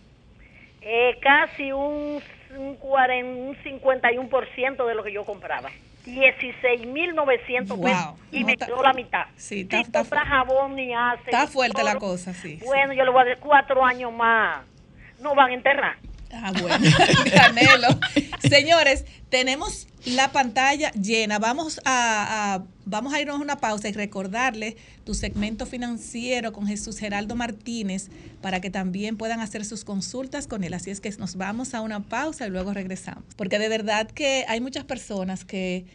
eh, casi un, un, cuarenta, un cincuenta y uno por ciento de lo que yo compraba. dieciséis mil novecientos Wow. pesos y No, me ta- quedó la mitad. Sí, está, Sin está, comprar jabón ni hace. está ni fuerte todo. la cosa, sí. Bueno, yo le voy a decir cuatro años más. No van a enterrar. Ah, bueno, Canelo. Señores, tenemos la pantalla llena. Vamos a, a vamos a irnos a una pausa y recordarles tu segmento financiero con Jesús Geraldo Martínez para que también puedan hacer sus consultas con él. Así es que nos vamos a una pausa y luego regresamos. Porque de verdad que hay muchas personas que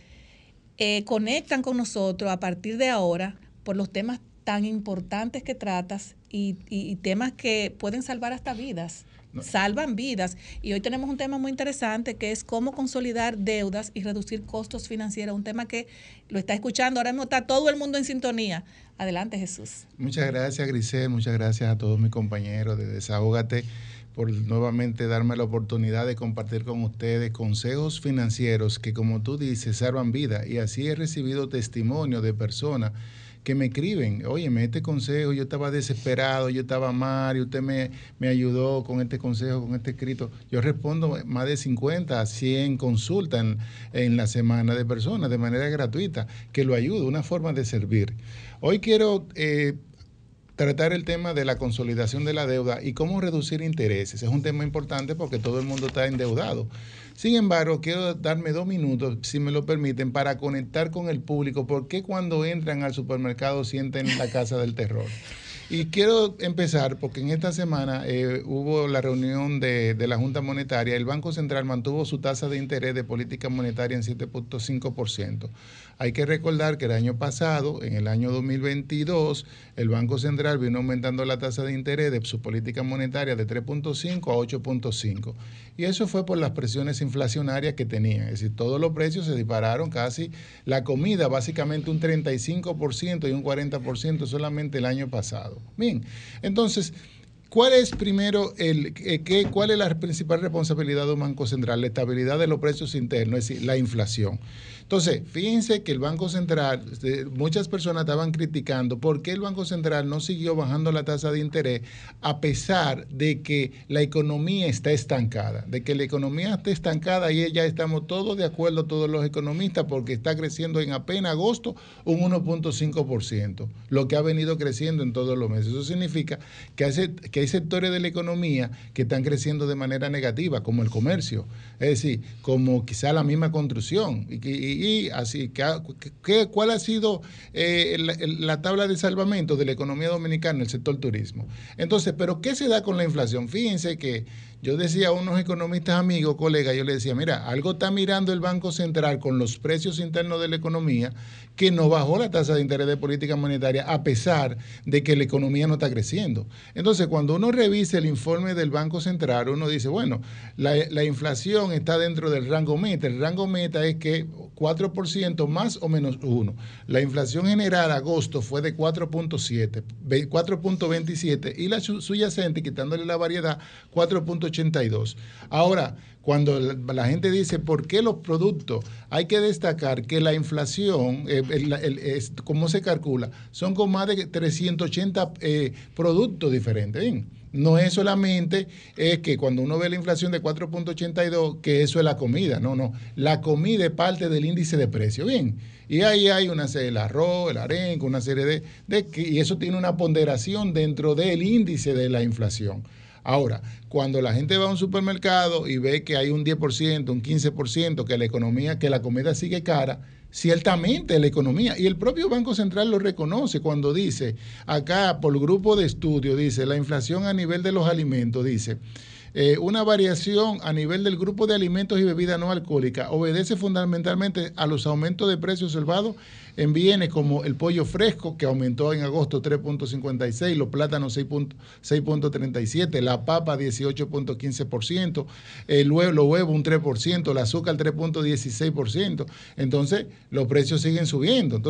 eh, conectan con nosotros a partir de ahora por los temas tan importantes que tratas y, y, y temas que pueden salvar hasta vidas. No. Salvan vidas. Y hoy tenemos un tema muy interesante que es cómo consolidar deudas y reducir costos financieros. Un tema que lo está escuchando, ahora mismo está todo el mundo en sintonía. Adelante, Jesús. Muchas gracias, Grisel. Muchas gracias a todos mis compañeros de Desahógate por nuevamente darme la oportunidad de compartir con ustedes consejos financieros que, como tú dices, salvan vidas. Y así he recibido testimonio de personas que me escriben, oye, este consejo, yo estaba desesperado, yo estaba mal, y usted me, me ayudó con este consejo, con este escrito. Yo respondo más de cincuenta a cien consultas en, en la semana de personas de manera gratuita, que lo ayudo, una forma de servir. Hoy quiero eh, tratar el tema de la consolidación de la deuda y cómo reducir intereses. Es un tema importante porque todo el mundo está endeudado. Sin embargo, quiero darme dos minutos, si me lo permiten, para conectar con el público. ¿Por qué cuando entran al supermercado sienten la casa del terror? Y quiero empezar porque en esta semana eh, hubo la reunión de, de la Junta Monetaria. El Banco Central mantuvo su tasa de interés de política monetaria en siete punto cinco por ciento. Hay que recordar que el año pasado, en el año dos mil veintidós, el Banco Central vino aumentando la tasa de interés de su política monetaria de tres punto cinco a ocho punto cinco. Y eso fue por las presiones inflacionarias que tenían. Es decir, todos los precios se dispararon casi. La comida básicamente un treinta y cinco por ciento y un cuarenta por ciento solamente el año pasado. Bien, entonces, ¿cuál es primero el, eh, qué, cuál es la principal responsabilidad de un Banco Central? La estabilidad de los precios internos, es decir, la inflación. Entonces, fíjense que el Banco Central, muchas personas estaban criticando por qué el Banco Central no siguió bajando la tasa de interés a pesar de que la economía está estancada, de que la economía está estancada y ya estamos todos de acuerdo, todos los economistas, porque está creciendo en apenas agosto un uno punto cinco por ciento, lo que ha venido creciendo en todos los meses. Eso significa que hay, que hay sectores de la economía que están creciendo de manera negativa, como el comercio, es decir, como quizá la misma construcción y, y Y así, ¿qué, ¿cuál ha sido eh, la, la tabla de salvamento de la economía dominicana, el sector turismo? Entonces, ¿pero qué se da con la inflación? Fíjense que yo decía a unos economistas amigos, colegas, yo les decía, mira, algo está mirando el Banco Central con los precios internos de la economía que no bajó la tasa de interés de política monetaria a pesar de que la economía no está creciendo. Entonces, cuando uno revisa el informe del Banco Central, uno dice, bueno, la, la inflación está dentro del rango meta. El rango meta es que cuatro por ciento más o menos uno. La inflación general agosto fue de cuatro punto siete, cuatro punto veintisiete y la subyacente, quitándole la variedad, cuatro punto ochenta y dos. Ahora, cuando la, la gente dice por qué los productos, hay que destacar que la inflación, eh, el, el, es, ¿cómo se calcula? Son con más de trescientos ochenta eh, productos diferentes. ¿Bien? No es solamente es que cuando uno ve la inflación de cuatro punto ochenta y dos, que eso es la comida. No, no. La comida es parte del índice de precio. Bien. Y ahí hay una serie, el arroz, el arenque, una serie de, de... Y eso tiene una ponderación dentro del índice de la inflación. Ahora, cuando la gente va a un supermercado y ve que hay un diez por ciento, un quince por ciento, que la economía, que la comida sigue cara, ciertamente la economía, y el propio Banco Central lo reconoce cuando dice, acá por grupo de estudio, dice, la inflación a nivel de los alimentos, dice, eh, una variación a nivel del grupo de alimentos y bebidas no alcohólicas obedece fundamentalmente a los aumentos de precios observados en bienes como el pollo fresco, que aumentó en agosto tres punto cincuenta y seis, los plátanos seis punto treinta y siete, la papa dieciocho punto quince por ciento, el huevo, los huevos un tres por ciento, el azúcar tres punto dieciséis por ciento. Entonces, los precios siguen subiendo. Entonces,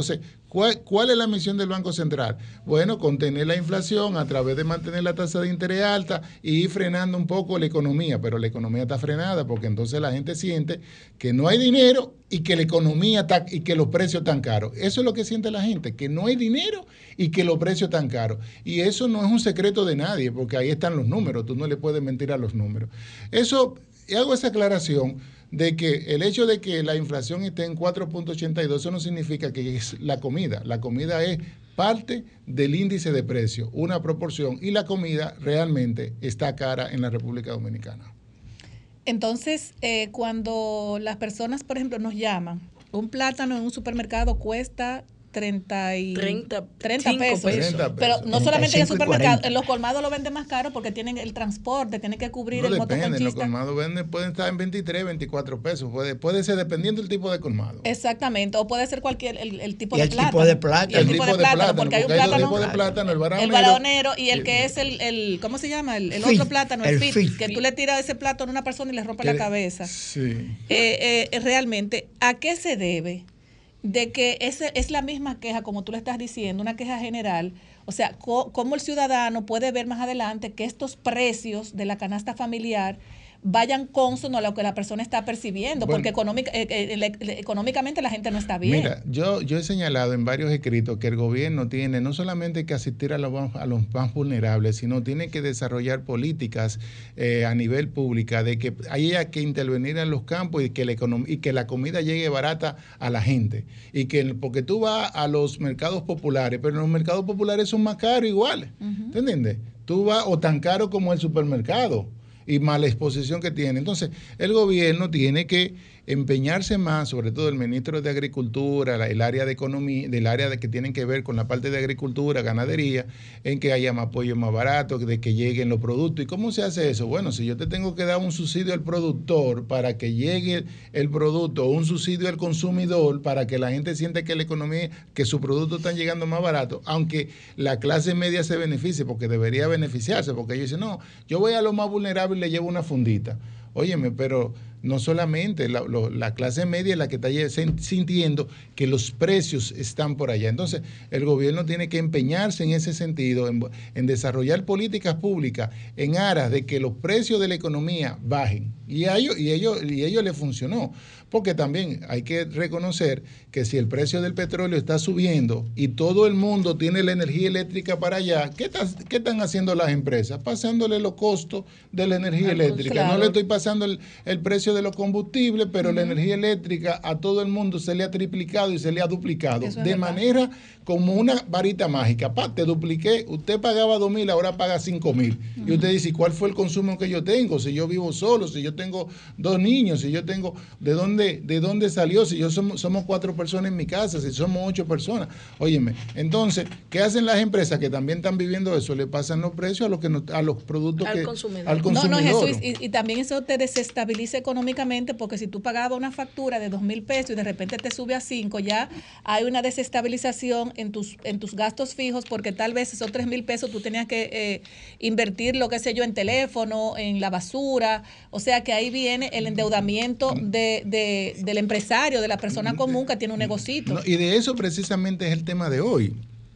¿Cuál, ¿Cuál es la misión del Banco Central? Bueno, contener la inflación a través de mantener la tasa de interés alta y ir frenando un poco la economía, pero la economía está frenada porque entonces la gente siente que no hay dinero y que la economía está, y que los precios están caros. Eso es lo que siente la gente, que no hay dinero y que los precios están caros. Y eso no es un secreto de nadie, porque ahí están los números, tú no le puedes mentir a los números. Eso, y hago esa aclaración de que el hecho de que la inflación esté en cuatro punto ochenta y dos, eso no significa que es la comida. La comida es parte del índice de precio, una proporción, y la comida realmente está cara en la República Dominicana. Entonces, eh, cuando las personas, por ejemplo, nos llaman, un plátano en un supermercado cuesta treinta y treinta, treinta pesos. treinta Pero pesos. no solamente en el treinta y cinco y supermercado, cuarenta. en los colmados lo venden más caro porque tienen el transporte, tienen que cubrir No el depende, los motoconchista. colmados venden, pueden estar en veintitrés, veinticuatro pesos, puede, puede ser dependiendo del tipo de colmado. Exactamente, o puede ser cualquier, el, el tipo Y de el plátano. tipo de plátano. Y el, tipo de plátano, porque hay un dos plátano, tipos de plátano, el baraonero, el baraonero y el que es el, el ¿cómo se llama? El, el Fit, otro plátano, el, el fit, fit. que tú le tiras ese plátano a una persona y le rompe Que- la cabeza. Sí. Eh, eh, realmente, ¿a qué se debe? De que ese es la misma queja, como tú le estás diciendo, una queja general. O sea, co- cómo el ciudadano puede ver más adelante que estos precios de la canasta familiar vayan consono a lo que la persona está percibiendo, Bueno. porque económica, eh, eh, le- le- económicamente la gente no está bien. Mira, yo, yo he señalado en varios escritos que el gobierno tiene no solamente que asistir a los, más- a los más vulnerables, sino tiene que desarrollar políticas eh, a nivel pública de que haya que intervenir en los campos y que, la econom- y que la comida llegue barata a la gente. Y que el- porque tú vas a los mercados populares, pero los mercados populares son más caros iguales. ¿Te entiendes? Tú vas o tan caro como el supermercado y mala exposición que tiene. Entonces, el gobierno tiene que empeñarse más, sobre todo el ministro de Agricultura, la- el área de economía, del área de que tienen que ver con la parte de agricultura, ganadería, en que haya más apoyo más barato, de que lleguen los productos. ¿Y cómo se hace eso? Bueno, si yo te tengo que dar un subsidio al productor para que llegue el producto, o un subsidio al consumidor para que la gente sienta que la economía, que sus productos están llegando más barato, aunque la clase media se beneficie, porque debería beneficiarse, porque ellos dicen, no, yo voy a lo más vulnerable y le llevo una fundita. Óyeme, pero no solamente la, lo- la clase media es la que está ya sen- sintiendo que los precios están por allá. Entonces, el gobierno tiene que empeñarse en ese sentido, en, en desarrollar políticas públicas en aras de que los precios de la economía bajen. Y a ellos, y ellos, y ellos les funcionó. Porque también hay que reconocer que si el precio del petróleo está subiendo y todo el mundo tiene la energía eléctrica para allá, ¿qué, ta- qué están haciendo las empresas? Pasándole los costos de la energía eléctrica. claro. No le estoy pasando el, el precio de los combustibles, pero la energía eléctrica a todo el mundo se le ha triplicado y se le ha duplicado. Eso es De verdad. manera como una varita mágica. Pa, te dupliqué, usted pagaba dos mil, ahora paga cinco mil. Y usted dice, ¿cuál fue el consumo que yo tengo? Si yo vivo solo, si yo tengo dos niños, si yo tengo, ¿de dónde, de dónde salió? Si yo somos, somos cuatro personas en mi casa, si somos ocho personas. Óyeme, entonces, ¿qué hacen las empresas que también están viviendo eso? Le pasan los precios a los que no- a los productos Al que consumidor. al No, consumidor. no, Jesús, y, y también eso te desestabiliza económicamente porque si tú pagabas una factura de dos mil pesos y de repente te sube a cinco, ya hay una desestabilización en tus en tus gastos fijos porque tal vez esos tres mil pesos tú tenías que eh, invertir, lo que sé yo, en teléfono, en la basura, o sea que ahí viene el endeudamiento de, de- del empresario, de la persona común que tiene un negocito. No, y de eso precisamente es el tema de hoy,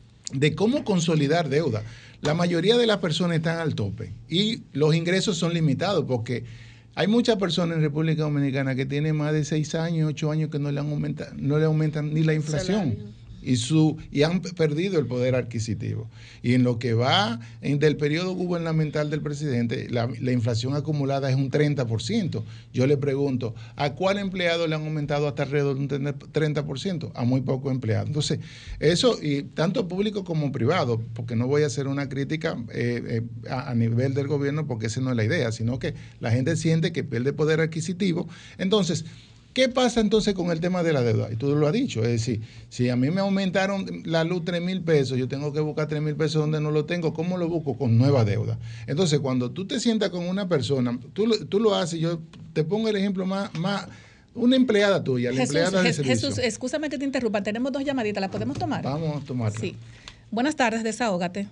de cómo consolidar deuda. La mayoría de las personas están al tope y los ingresos son limitados porque hay muchas personas en República Dominicana que tienen más de seis años, ocho años que no le, han aumenta- no le aumentan ni la inflación. Y, su, y han perdido el poder adquisitivo. Y en lo que va en, del periodo gubernamental del presidente, la, la inflación acumulada es un treinta por ciento. Yo le pregunto, ¿a cuál empleado le han aumentado hasta alrededor de un treinta por ciento? A muy pocos empleados. Entonces, eso, y tanto público como privado, porque no voy a hacer una crítica eh, eh, a, a nivel del gobierno, porque esa no es la idea, sino que la gente siente que pierde poder adquisitivo. Entonces, ¿qué pasa entonces con el tema de la deuda? Y tú lo has dicho, es decir, si a mí me aumentaron la luz tres mil pesos, yo tengo que buscar tres mil pesos donde no lo tengo, ¿cómo lo busco? Con nueva deuda. Entonces, cuando tú te sientas con una persona, tú, lo- tú lo haces, yo te pongo el ejemplo más, más una empleada tuya, la Jesús, empleada de Je- servicio. Jesús, escúchame que te interrumpa, tenemos dos llamaditas, ¿las podemos tomar? Vamos a tomarla. Sí. Buenas tardes, desahógate.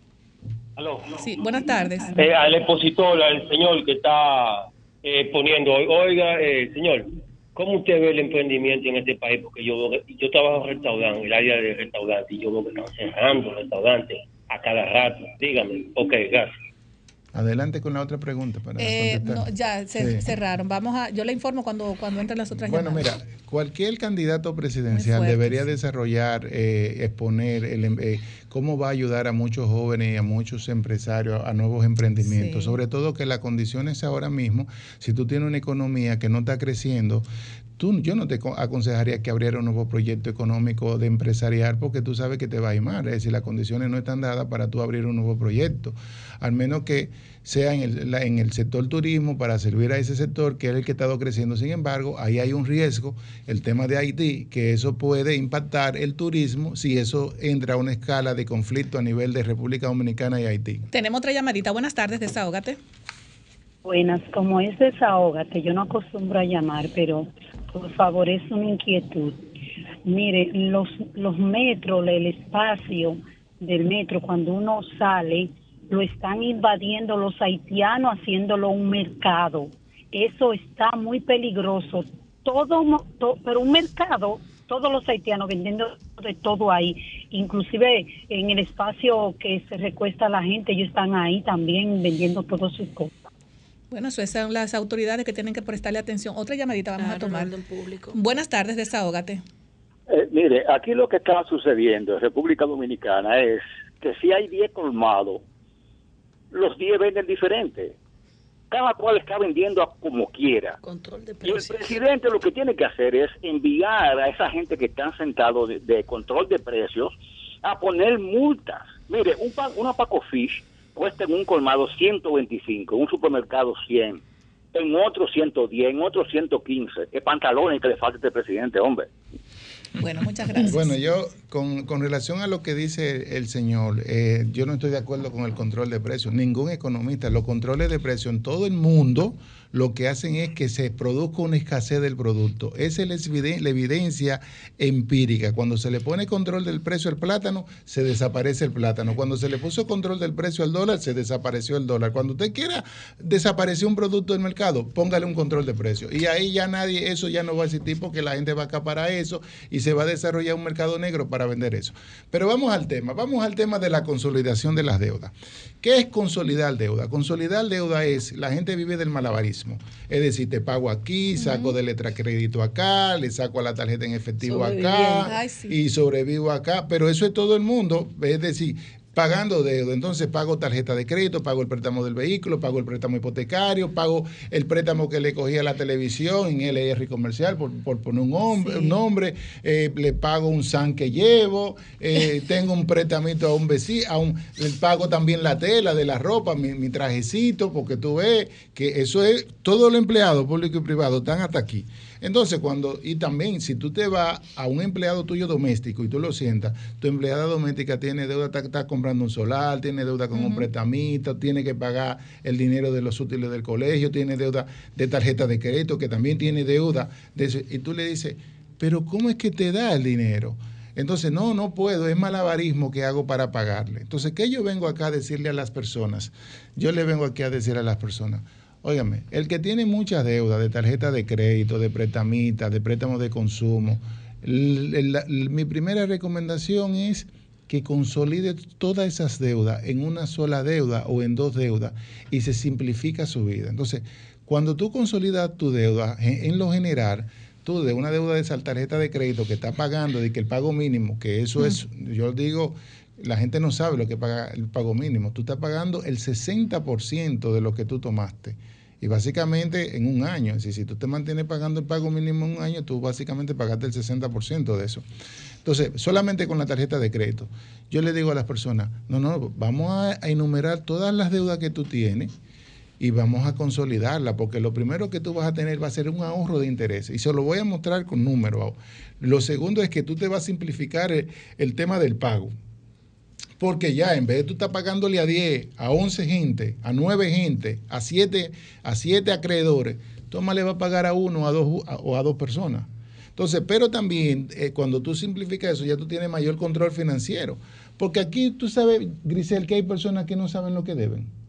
Aló. Sí, buenas tardes. Eh, al expositor, al señor que está eh, poniendo, oiga, eh, señor, ¿cómo usted ve el emprendimiento en este país? Porque yo veo que- yo trabajo en restaurante, el área de restaurante, y yo veo que están cerrando restaurantes a cada rato. Dígame. Ok, gracias. Adelante con la otra pregunta para Eh, contestar. no, ya se Sí. cerraron. Vamos a, yo le informo cuando, cuando entren las otras Bueno, llamadas. mira, cualquier candidato presidencial Muy fuertes. debería desarrollar, eh, exponer el, em- eh, cómo va a ayudar a muchos jóvenes y a muchos empresarios a nuevos emprendimientos. Sí. Sobre todo que las condiciones ahora mismo, si tú tienes una economía que no está creciendo, tú, yo no te co- aconsejaría que abriera un nuevo proyecto económico de empresarial porque tú sabes que te va a ir mal. Es decir, las condiciones no están dadas para tú abrir un nuevo proyecto. Al menos que sea en el, la- en el sector turismo para servir a ese sector que es el que ha estado creciendo. Sin embargo, ahí hay un riesgo, el tema de Haití, que eso puede impactar el turismo si eso entra a una escala de conflicto a nivel de República Dominicana y Haití. Tenemos otra llamadita. Buenas tardes, desahógate. Buenas, como es desahógate, yo no acostumbro a llamar, pero por favor es una inquietud. Mire, los, los metros, el espacio del metro, cuando uno sale, lo están invadiendo los haitianos haciéndolo un mercado. Eso está muy peligroso. Todo, mo- to- pero un mercado, todos los haitianos vendiendo de todo ahí, inclusive en el espacio que se recuesta la gente, ellos están ahí también vendiendo todas sus cosas. Bueno, eso son las autoridades que tienen que prestarle atención. Otra llamadita vamos a Claro, tomar. el orden público. Buenas tardes, desahógate. Eh, mire, aquí lo que está sucediendo en República Dominicana es que si hay diez colmados, los diez venden diferente. Cada cual está vendiendo a como quiera. Control de Y el precios. presidente lo que tiene que hacer es enviar a esa gente que están sentados de, de control de precios a poner multas. Mire, un pa- una Paco Fish cuesta en un colmado ciento veinticinco, en un supermercado cien, en otro ciento diez, en otro ciento quince. ¿Qué pantalones que le falta a este presidente, hombre? Bueno, muchas gracias. Bueno, yo con, con relación a lo que dice el señor, eh, yo no estoy de acuerdo con el control de precios. Ningún economista, los controles de precios en todo el mundo lo que hacen es que se produzca una escasez del producto. Esa es la eviden- la evidencia empírica. Cuando se le pone control del precio al plátano, se desaparece el plátano. Cuando se le puso control del precio al dólar, se desapareció el dólar. Cuando usted quiera desaparecer un producto del mercado, póngale un control de precio. Y ahí ya nadie, eso ya no va a existir porque la gente va a acaparar eso y se va a desarrollar un mercado negro para vender eso. Pero vamos al tema, vamos al tema de la consolidación de las deudas. ¿Qué es consolidar deuda? Consolidar deuda es, la gente vive del malabarismo. Es decir, te pago aquí, saco de letra crédito acá, le saco a la tarjeta en efectivo acá Ay, sí. y sobrevivo acá. Pero eso es todo el mundo, es decir, pagando deuda. Entonces pago tarjeta de crédito, pago el préstamo del vehículo, pago el préstamo hipotecario, pago el préstamo que le cogí a la televisión en L R comercial, por, por poner un, hombre, Sí. un nombre, eh, le pago un S A N que llevo, eh, tengo un préstamo a un vecino, a un, le pago también la tela de la ropa, mi, mi trajecito, porque tú ves que eso es, todos los empleados públicos y privados están hasta aquí. Entonces, cuando, y también, si tú te vas a un empleado tuyo doméstico y tú lo sientas, tu empleada doméstica tiene deuda, está, está comprando un solar, tiene deuda con un prestamista, tiene que pagar el dinero de los útiles del colegio, tiene deuda de tarjeta de crédito, que también tiene deuda de eso. Y tú le dices, pero ¿cómo es que te da el dinero? Entonces, no, no puedo, es malabarismo que hago para pagarle. Entonces, ¿qué yo vengo acá a decirle a las personas? Yo le vengo aquí a decir a las personas, óigame, el que tiene mucha deuda de tarjeta de crédito, de prestamita, de préstamos de consumo, l- l- l- mi primera recomendación es que consolide todas esas deudas en una sola deuda o en dos deudas y se simplifica su vida. Entonces, cuando tú consolidas tu deuda, en, en lo general, tú de una deuda de esa tarjeta de crédito que está pagando, de que el pago mínimo, que eso es, yo digo, la gente no sabe lo que paga el pago mínimo. Tú estás pagando el sesenta por ciento de lo que tú tomaste. Y básicamente en un año, es decir, si tú te mantienes pagando el pago mínimo en un año, tú básicamente pagaste el sesenta por ciento de eso. Entonces, solamente con la tarjeta de crédito, yo le digo a las personas, no, no, vamos a, a enumerar todas las deudas que tú tienes y vamos a consolidarla, porque lo primero que tú vas a tener va a ser un ahorro de interés. Y se lo voy a mostrar con números. Lo segundo es que tú te vas a simplificar el, el tema del pago. Porque ya en vez de tú estar pagándole a diez, a once gente, a nueve gente, a siete, a siete acreedores, tú más le vas a pagar a uno a dos, a, o a dos personas. Entonces, pero también eh, cuando tú simplificas eso, ya tú tienes mayor control financiero. Porque aquí tú sabes, Grisel, que hay personas que no saben lo que deben.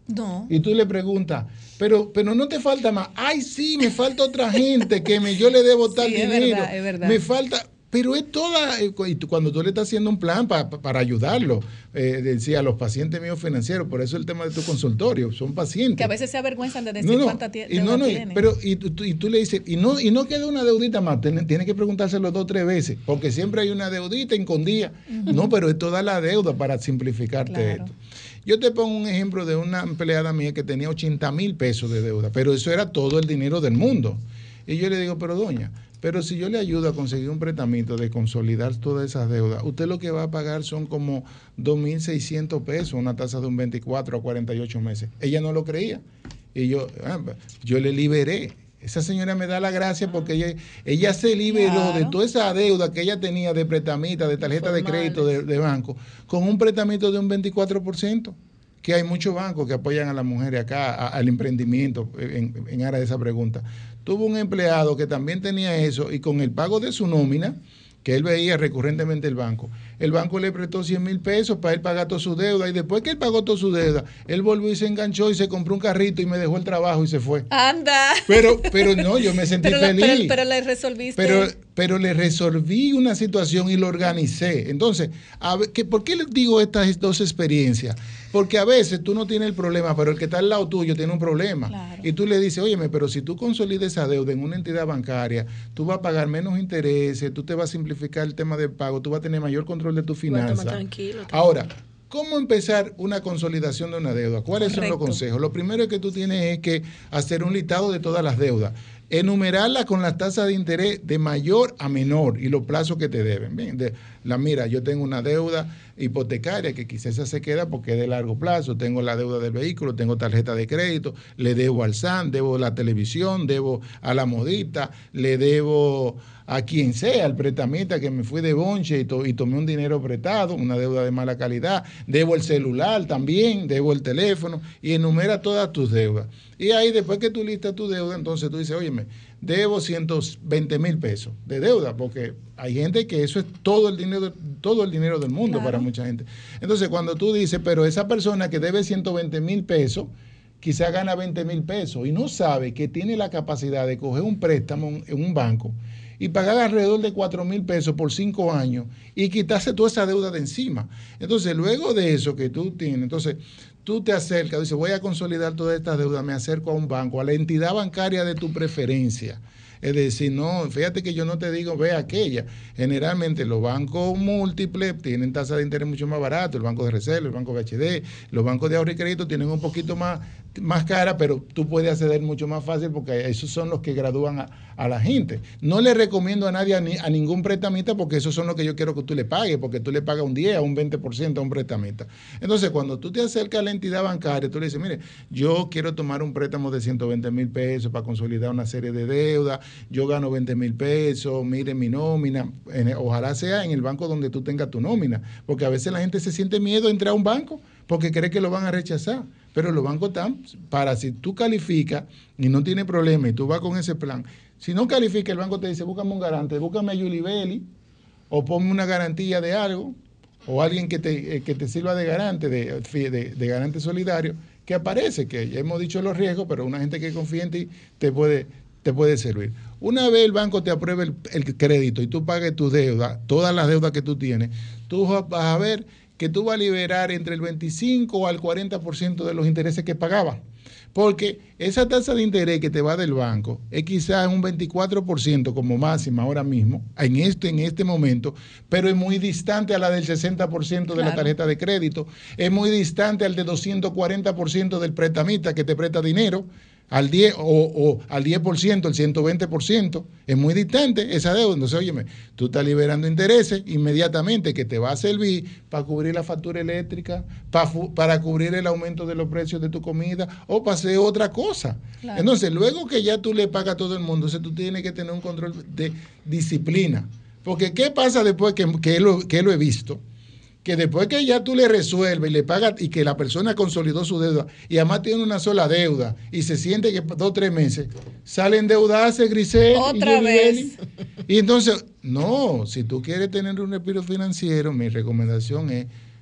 No. Y tú le preguntas, pero, pero no te falta más. Ay, sí, me falta otra gente que me, yo le debo tal Sí, es dinero. verdad, es verdad. Me falta, pero es toda, eh, y tú, cuando tú le estás haciendo un plan pa, pa, para ayudarlo, eh, decía a los pacientes míos financieros, por eso el tema de tu consultorio, son pacientes. Que a veces se avergüenzan de decir No, no, cuánta tie- y deuda no, no, y- tienen. pero y tú, y tú le dices, y no, y no queda una deudita más, tiene, tiene que preguntárselo dos o tres veces, porque siempre hay una deudita escondida. Ujú. No, pero es toda la deuda para simplificarte Claro. esto. Yo te pongo un ejemplo de una empleada mía que tenía ochenta mil pesos de deuda, pero eso era todo el dinero del mundo. Y yo le digo, pero doña, pero si yo le ayudo a conseguir un préstamo de consolidar todas esas deudas, usted lo que va a pagar son como dos mil seiscientos pesos, una tasa de un veinticuatro a cuarenta y ocho meses. Ella no lo creía. Y yo, ah, yo le liberé. Esa señora me da la gracia porque ella, ella se liberó Claro. de toda esa deuda que ella tenía de prestamita, de tarjeta de crédito, de, de banco, con un prestamito de un veinticuatro por ciento. Que hay muchos bancos que apoyan a las mujeres acá, a- al emprendimiento, en, en aras de esa pregunta. Tuvo un empleado que también tenía eso y con el pago de su nómina, que él veía recurrentemente el banco, el banco le prestó cien mil pesos para él pagar toda su deuda y después que él pagó toda su deuda, él volvió y se enganchó y se compró un carrito y me dejó el trabajo y se fue. Anda. Pero, pero no, yo me sentí pero, la- feliz. pero, pero le resolviste. Pero, pero le resolví una situación y lo organicé. Entonces, a ver, ¿qué- ¿por qué les digo estas dos experiencias? Porque a veces tú no tienes el problema, pero el que está al lado tuyo tiene un problema. Claro. Y tú le dices, óyeme, pero si tú consolides esa deuda en una entidad bancaria, tú vas a pagar menos intereses, tú te vas a simplificar el tema del pago, tú vas a tener mayor control de tu Tú vas a tomar finanza. tranquilo. Ahora, ¿cómo empezar una consolidación de una deuda? ¿Cuáles son los Correcto. consejos? Lo primero que tú tienes es que hacer un listado de todas las deudas, enumerarlas con las tasas de interés de mayor a menor y los plazos que te deben. Bien, de, la mira, yo tengo una deuda hipotecaria que quizás esa se queda porque es de largo plazo, tengo la deuda del vehículo, tengo tarjeta de crédito, le debo al S A N, debo la televisión, debo a la modita, le debo a quien sea, al prestamista que me fui de bonche y, to- y tomé un dinero prestado, una deuda de mala calidad, debo el celular también, debo el teléfono y enumera todas tus deudas. Y ahí después que tú listas tu deuda, entonces tú dices, óyeme, debo ciento veinte mil pesos de deuda, porque hay gente que eso es todo el dinero, todo el dinero del mundo. Claro. Para mucha gente. Entonces cuando tú dices, pero esa persona que debe ciento veinte mil pesos, quizá gana veinte mil pesos y no sabe que tiene la capacidad de coger un préstamo en un banco y pagar alrededor de cuatro mil pesos por cinco años y quitarse toda esa deuda de encima. Entonces, luego de eso que tú tienes, entonces tú te acercas, dices, voy a consolidar toda esta deuda, me acerco a un banco, a la entidad bancaria de tu preferencia. Es decir, no, fíjate que yo no te digo, ve aquella. Generalmente los bancos múltiples tienen tasas de interés mucho más baratas, el Banco de Reserva, el Banco B H D, los bancos de ahorro y crédito tienen un poquito más, más cara, pero tú puedes acceder mucho más fácil porque esos son los que gradúan a, a la gente. No le recomiendo a nadie, a, ni, a ningún prestamista, porque esos son los que yo quiero que tú le pagues, porque tú le pagas un diez a un veinte por ciento a un prestamista. Entonces, cuando tú te acercas a la entidad bancaria, tú le dices, mire, yo quiero tomar un préstamo de ciento veinte mil pesos para consolidar una serie de deudas, yo gano veinte mil pesos, mire mi nómina, en, ojalá sea en el banco donde tú tengas tu nómina, porque a veces la gente se siente miedo a entrar a un banco porque cree que lo van a rechazar, pero los bancos están para, si tú calificas y no tienes problema y tú vas con ese plan, si no califica el banco te dice, búscame un garante, búscame a Yuli Belli o ponme una garantía de algo o alguien que te, que te sirva de garante, de, de, de garante solidario, que aparece, que ya hemos dicho los riesgos, pero una gente que confía en ti te puede te puede servir. Una vez el banco te apruebe el, el crédito y tú pagues tu deuda, todas las deudas que tú tienes, tú vas a ver que tú vas a liberar entre el veinticinco al cuarenta por ciento de los intereses que pagabas. Porque esa tasa de interés que te va del banco es quizás un veinticuatro por ciento como máxima ahora mismo, en este, en este momento, pero es muy distante a la del sesenta por ciento de claro. la tarjeta de crédito, es muy distante al de doscientos cuarenta por ciento del prestamista que te presta dinero, al diez o, o al diez por ciento, el ciento veinte por ciento, es muy distante esa deuda. Entonces, óyeme, tú estás liberando intereses inmediatamente que te va a servir para cubrir la factura eléctrica, para, para cubrir el aumento de los precios de tu comida o para hacer otra cosa. Claro. Entonces, luego que ya tú le pagas a todo el mundo, entonces tú tienes que tener un control de disciplina. Porque, ¿qué pasa después que, que, lo, que lo he visto? Que después que ya tú le resuelves y le pagas y que la persona consolidó su deuda y además tiene una sola deuda y se siente que dos o tres meses sale endeudarse, Grisel. Otra y vez. Y entonces, no, si tú quieres tener un respiro financiero, mi recomendación es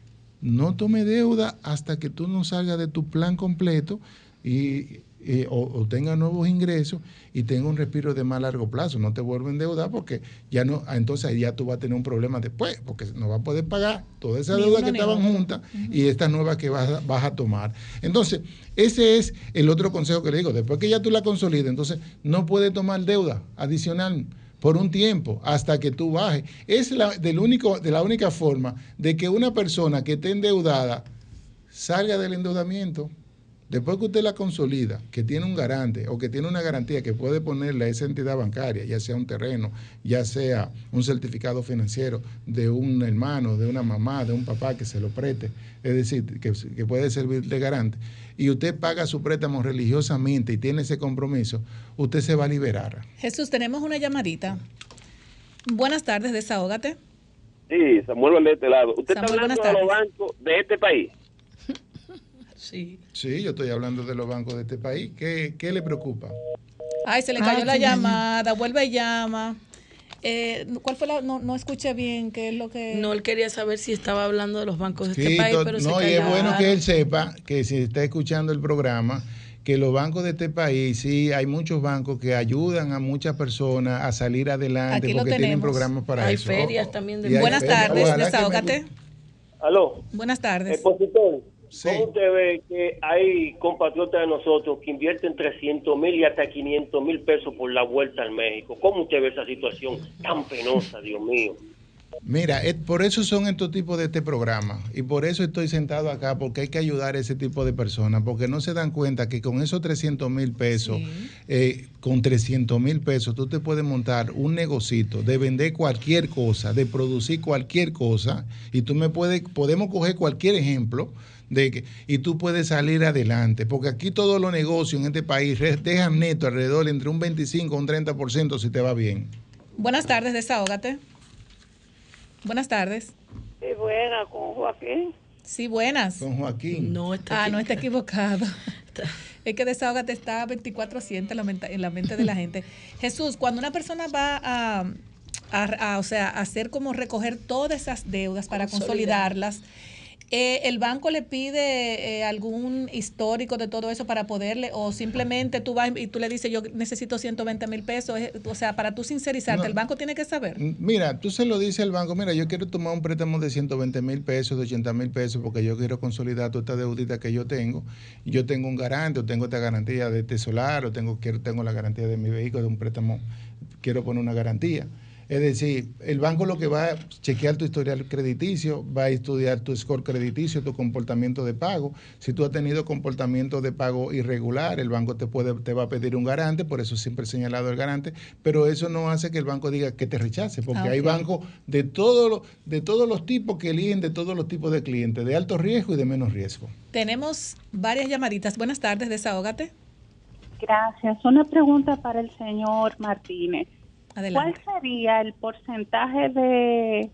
no tome deuda hasta que tú no salgas de tu plan completo y, y o, o tenga nuevos ingresos y tenga un respiro de más largo plazo. No te vuelvas a endeudar porque ya no, entonces ya tú vas a tener un problema después, porque no vas a poder pagar toda esa deuda que estaban juntas uh-huh. y estas nuevas que vas a, vas a tomar. Entonces, ese es el otro consejo que le digo. Después que ya tú la consolides, entonces no puedes tomar deuda adicional por un tiempo hasta que tú bajes. Es la, del único, de la única forma de que una persona que esté endeudada salga del endeudamiento. Después que usted la consolida, que tiene un garante o que tiene una garantía que puede ponerle a esa entidad bancaria, ya sea un terreno, ya sea un certificado financiero de un hermano, de una mamá, de un papá que se lo preste, es decir, que, que puede servir de garante, y usted paga su préstamo religiosamente y tiene ese compromiso, usted se va a liberar. Jesús, tenemos una llamadita. Buenas tardes, desahógate. Sí, Samuel de este lado. ¿Usted Samuel, está hablando de los bancos de este país? Sí. Sí, yo estoy hablando de los bancos de este país. ¿Qué, qué le preocupa? Ay, se le cayó Ah, la sí. llamada, vuelve y llama. Eh, ¿Cuál fue la...? No, no escuché bien qué es lo que... No, él quería saber si estaba hablando de los bancos de Sí, este país, to- pero no, se y es callaron. bueno que él sepa que si está escuchando el programa, que los bancos de este país, sí, hay muchos bancos que ayudan a muchas personas a salir adelante Aquí lo porque tienen tenemos. programas para Hay eso. ferias también de- Y hay Buenas ferias. tardes, Ojalá que me desahógate. Aló. Buenas tardes. Expositor, Sí. ¿cómo usted ve que hay compatriotas de nosotros que invierten trescientos mil y hasta quinientos mil pesos por la vuelta al México? ¿Cómo usted ve esa situación tan penosa, Dios mío? Mira, es- por eso son estos tipos de este programa y por eso estoy sentado acá, porque hay que ayudar a ese tipo de personas, porque no se dan cuenta que con esos trescientos mil pesos, eh, con trescientos mil pesos, tú te puedes montar un negocito de vender cualquier cosa, de producir cualquier cosa, y tú me puedes, podemos coger cualquier ejemplo de que, y tú puedes salir adelante, porque aquí todos los negocios en este país re- dejan neto alrededor entre un veinticinco a un treinta por ciento si te va bien. Buenas tardes, desahógate. Buenas tardes. Sí, buena, con Joaquín. Sí, buenas. Con Joaquín. No, está Ah, aquí. no, está equivocado. Es que desahógate está veinticuatro siete en la mente, en la mente de la gente. Jesús, cuando una persona va a, a- a, o sea, a hacer como recoger todas esas deudas para Consolidar. consolidarlas, eh, ¿el banco le pide eh, algún histórico de todo eso para poderle, o simplemente tú vas y tú le dices, yo necesito ciento veinte mil pesos? Eh, O sea, para tú sincerizarte, No. ¿el banco tiene que saber? Mira, tú se lo dices al banco, mira, yo quiero tomar un préstamo de ciento veinte mil pesos, de ochenta mil pesos, porque yo quiero consolidar toda esta deudita que yo tengo. Y yo tengo un garante, o tengo esta garantía de este solar, o tengo, quiero, tengo la garantía de mi vehículo, de un préstamo, quiero poner una garantía. Es decir, el banco lo que va a chequear tu historial crediticio, va a estudiar tu score crediticio, tu comportamiento de pago. Si tú has tenido comportamiento de pago irregular, el banco te puede te va a pedir un garante, por eso siempre he señalado el garante, pero eso no hace que el banco diga que te rechace, porque Ah, hay ok. bancos de todos los de todos los tipos que eligen de todos los tipos de clientes, de alto riesgo y de menos riesgo. Tenemos varias llamaditas. Buenas tardes, desahógate. Gracias. Una pregunta para el señor Martínez. Adelante. ¿Cuál sería el porcentaje de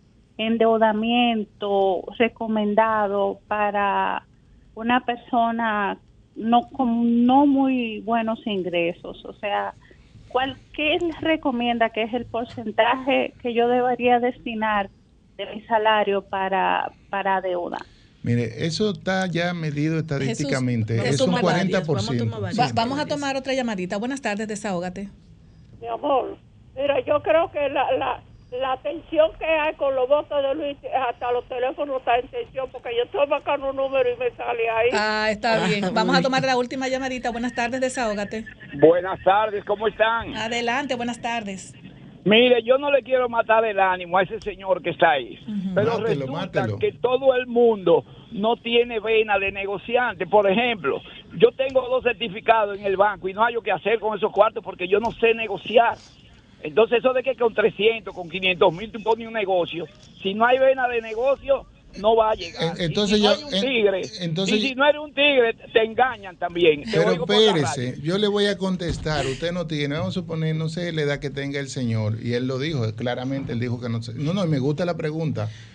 endeudamiento recomendado para una persona no con no muy buenos ingresos? O sea, ¿cuál qué les recomienda que es el porcentaje que yo debería destinar de mi salario para para deuda? Mire, eso está ya medido estadísticamente, Jesús, es un vamos a cuarenta por varias, vamos a ciento. tomar Va- vamos a tomar otra llamadita. Buenas tardes, desahógate. Mi amor, mira, yo creo que la, la, la tensión que hay con los votos de Luis, hasta los teléfonos está en tensión, porque yo estoy marcando un número y me sale ahí. Ah, está bien. Ah, Vamos muy a tomar la última llamadita. Buenas tardes, desahógate. Buenas tardes, ¿cómo están? Adelante, buenas tardes. Mire, yo no le quiero matar el ánimo a ese señor que está ahí, pero Mátelo, resulta mátelo. que todo el mundo no tiene vena de negociante. Por ejemplo, yo tengo dos certificados en el banco y no hay yo qué hacer con esos cuartos porque yo no sé negociar. Entonces eso de que con trescientos, con quinientos mil tú pones un negocio, si no hay vena de negocio, no va a llegar. En- entonces y si no yo- hay un en- tigre, entonces y si yo- no eres un tigre, te engañan también. Te Pero oigo por la radio. espérese, yo le voy a contestar. Usted no tiene, vamos a suponer, no sé la edad que tenga el señor. Y él lo dijo, claramente él dijo que no sé. No, no, me gusta la pregunta.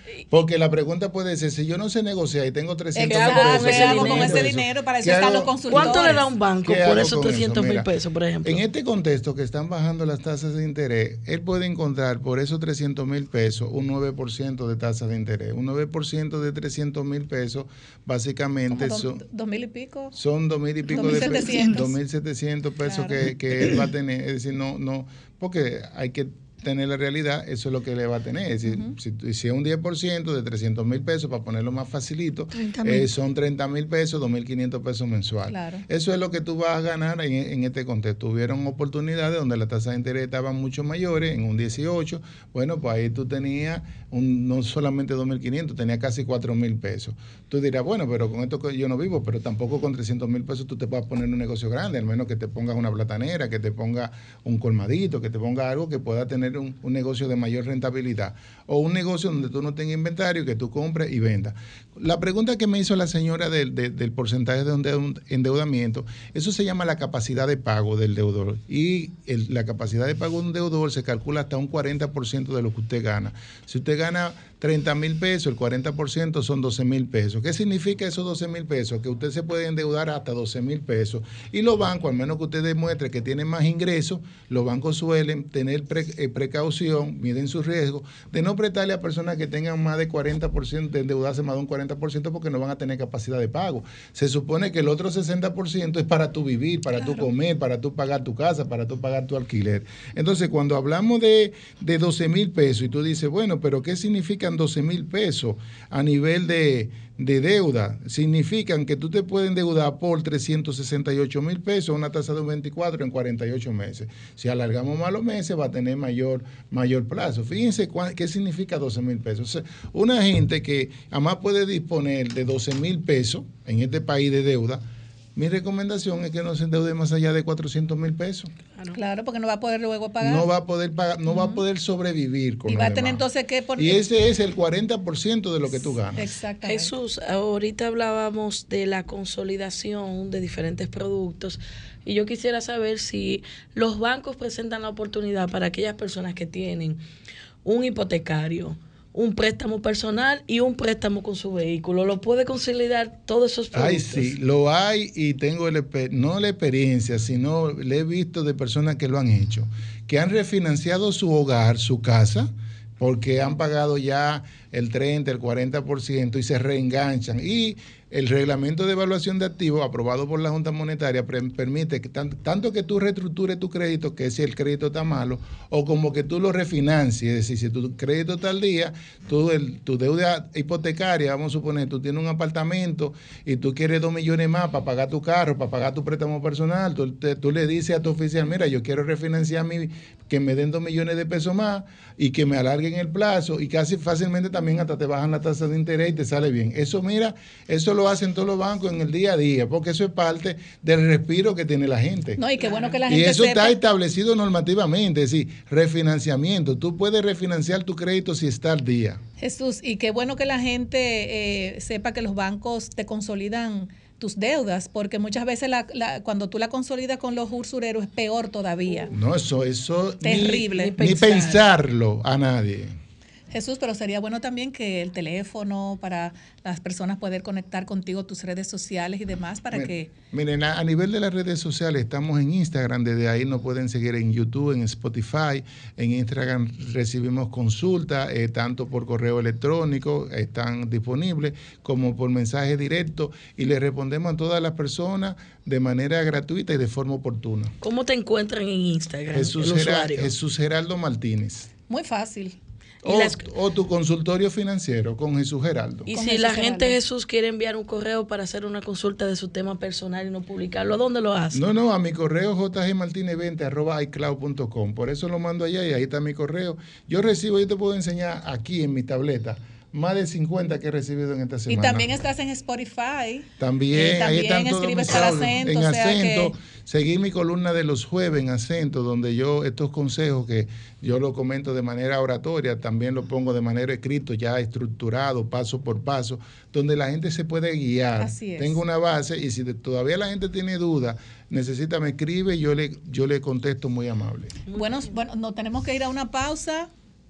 Porque la pregunta puede ser, si yo no sé negociar y tengo trescientos mil Exacto, pesos. ¿qué hago con ese dinero? Para eso están los consultores. ¿Cuánto le da un banco ¿Qué por hago esos con trescientos eso? mil Mira, pesos, por ejemplo? En este contexto que están bajando las tasas de interés, él puede encontrar por esos trescientos mil pesos un nueve por ciento de tasa de interés. Un nueve por ciento de trescientos mil pesos, básicamente Como son... do- dos mil y pico. Son dos mil y pico de pesos, dos mil setecientos pesos Claro. que, que él va a tener. Es decir, no, no, porque hay que tener la realidad, eso es lo que le va a tener. Es decir, uh-huh. si, si es un diez por ciento de trescientos mil pesos, para ponerlo más facilito, eh, son treinta mil pesos, dos mil quinientos pesos mensual. Claro. Eso es lo que tú vas a ganar en, en este contexto. Hubieron oportunidades donde las tasas de interés estaban mucho mayores, en un dieciocho, bueno, pues ahí tú tenías un, no solamente dos mil quinientos, tenías casi cuatro mil pesos. Tú dirás, bueno, pero con esto que yo no vivo, pero tampoco con trescientos mil pesos tú te puedes poner un negocio grande, al menos que te pongas una platanera, que te ponga un colmadito, que te ponga algo que pueda tener un, un negocio de mayor rentabilidad, o un negocio donde tú no tengas inventario, que tú compres y vendas. La pregunta que me hizo la señora del, de, del porcentaje de endeudamiento, eso se llama la capacidad de pago del deudor, y el, la capacidad de pago de un deudor se calcula hasta un cuarenta por ciento de lo que usted gana. Si usted gana treinta mil pesos, el cuarenta por ciento son doce mil pesos. ¿Qué significa esos doce mil pesos? Que usted se puede endeudar hasta doce mil pesos. Y los bancos, al menos que usted demuestre que tiene más ingresos, los bancos suelen tener pre, eh, precaución, miden su riesgo, de no prestarle a personas que tengan más de cuarenta por ciento, de endeudarse más de un cuarenta por ciento, porque no van a tener capacidad de pago. Se supone que el otro sesenta por ciento es para tu vivir, para tu comer, para tu pagar tu casa, para tu pagar tu alquiler. Entonces, cuando hablamos de, de doce mil pesos y tú dices, bueno, pero ¿qué significan doce mil pesos a nivel de, de deuda? Significan que tú te puedes endeudar por trescientos sesenta y ocho mil pesos, una tasa de un veinticuatro en cuarenta y ocho meses. Si alargamos más los meses, va a tener mayor, mayor plazo. Fíjense cuál, qué significa doce mil pesos. O sea, una gente que además puede disponer de doce mil pesos en este país de deuda, mi recomendación es que no se endeude más allá de cuatrocientos mil pesos. Claro. claro, porque no va a poder luego pagar. No va a poder pagar, no uh-huh. va a poder sobrevivir con y va a tener entonces que por... Y ese es el cuarenta por ciento de lo que tú ganas. Exactamente. Jesús, ahorita hablábamos de la consolidación de diferentes productos y yo quisiera saber si los bancos presentan la oportunidad para aquellas personas que tienen un hipotecario, un préstamo personal y un préstamo con su vehículo. ¿Lo puede consolidar todos esos productos? Ay, sí, lo hay y tengo el, no la experiencia, sino le he visto de personas que lo han hecho, que han refinanciado su hogar, su casa, porque han pagado ya el treinta, el cuarenta por ciento y se reenganchan. Y el reglamento de evaluación de activos aprobado por la Junta Monetaria pre- permite que tan, tanto que tú reestructures tu crédito, que si el crédito está malo, o como que tú lo refinancies. Es decir, si tu crédito está al día, tú el, tu deuda hipotecaria, vamos a suponer, tú tienes un apartamento y tú quieres dos millones más para pagar tu carro, para pagar tu préstamo personal, tú, te, tú le dices a tu oficial, mira, yo quiero refinanciar mi, que me den dos millones de pesos más y que me alarguen el plazo, y casi fácilmente también hasta te bajan la tasa de interés y te sale bien. Eso, mira, eso lo hacen todos los bancos en el día a día, porque eso es parte del respiro que tiene la gente. No, y qué bueno que la gente Y eso sepa. está establecido normativamente, es decir, refinanciamiento. Tú puedes refinanciar tu crédito si está al día. Jesús, y qué bueno que la gente eh, sepa que los bancos te consolidan tus deudas, porque muchas veces la, la, cuando tú la consolidas con los usureros es peor todavía. No, eso, eso terrible. Ni, ni, pensar. ni pensarlo a nadie. Jesús, pero sería bueno también que el teléfono para las personas poder conectar contigo, tus redes sociales y demás para miren, que... Miren, a, a nivel de las redes sociales estamos en Instagram, desde ahí nos pueden seguir en YouTube, en Spotify, en Instagram recibimos consultas, eh, tanto por correo electrónico, están disponibles, como por mensaje directo, y le respondemos a todas las personas de manera gratuita y de forma oportuna. ¿Cómo te encuentran en Instagram? Jesús, Geral, Jesús Geraldo Martínez. Muy fácil. O, las... o tu consultorio financiero con Jesús Geraldo. Y con si Jesús la gente, Geraldo. Jesús, quiere enviar un correo para hacer una consulta de su tema personal y no publicarlo, ¿a dónde lo hace? No, no, a mi correo j g martinez veinte arroba icloud punto com. Por eso lo mando allá y ahí está mi correo. Yo recibo, yo te puedo enseñar aquí en mi tableta, más de cincuenta que he recibido en esta semana. Y también estás en Spotify. También, también ahí están todos escribes mis para audios. acento. En o sea acento, que... seguí mi columna de los jueves en acento, donde yo estos consejos que yo lo comento de manera oratoria, también lo pongo de manera escrito, ya estructurado, paso por paso, donde la gente se puede guiar. Así es. Tengo una base y si todavía la gente tiene duda, necesita, me escribe y yo le, yo le contesto muy amable. Bueno, bueno, no tenemos que ir a una pausa.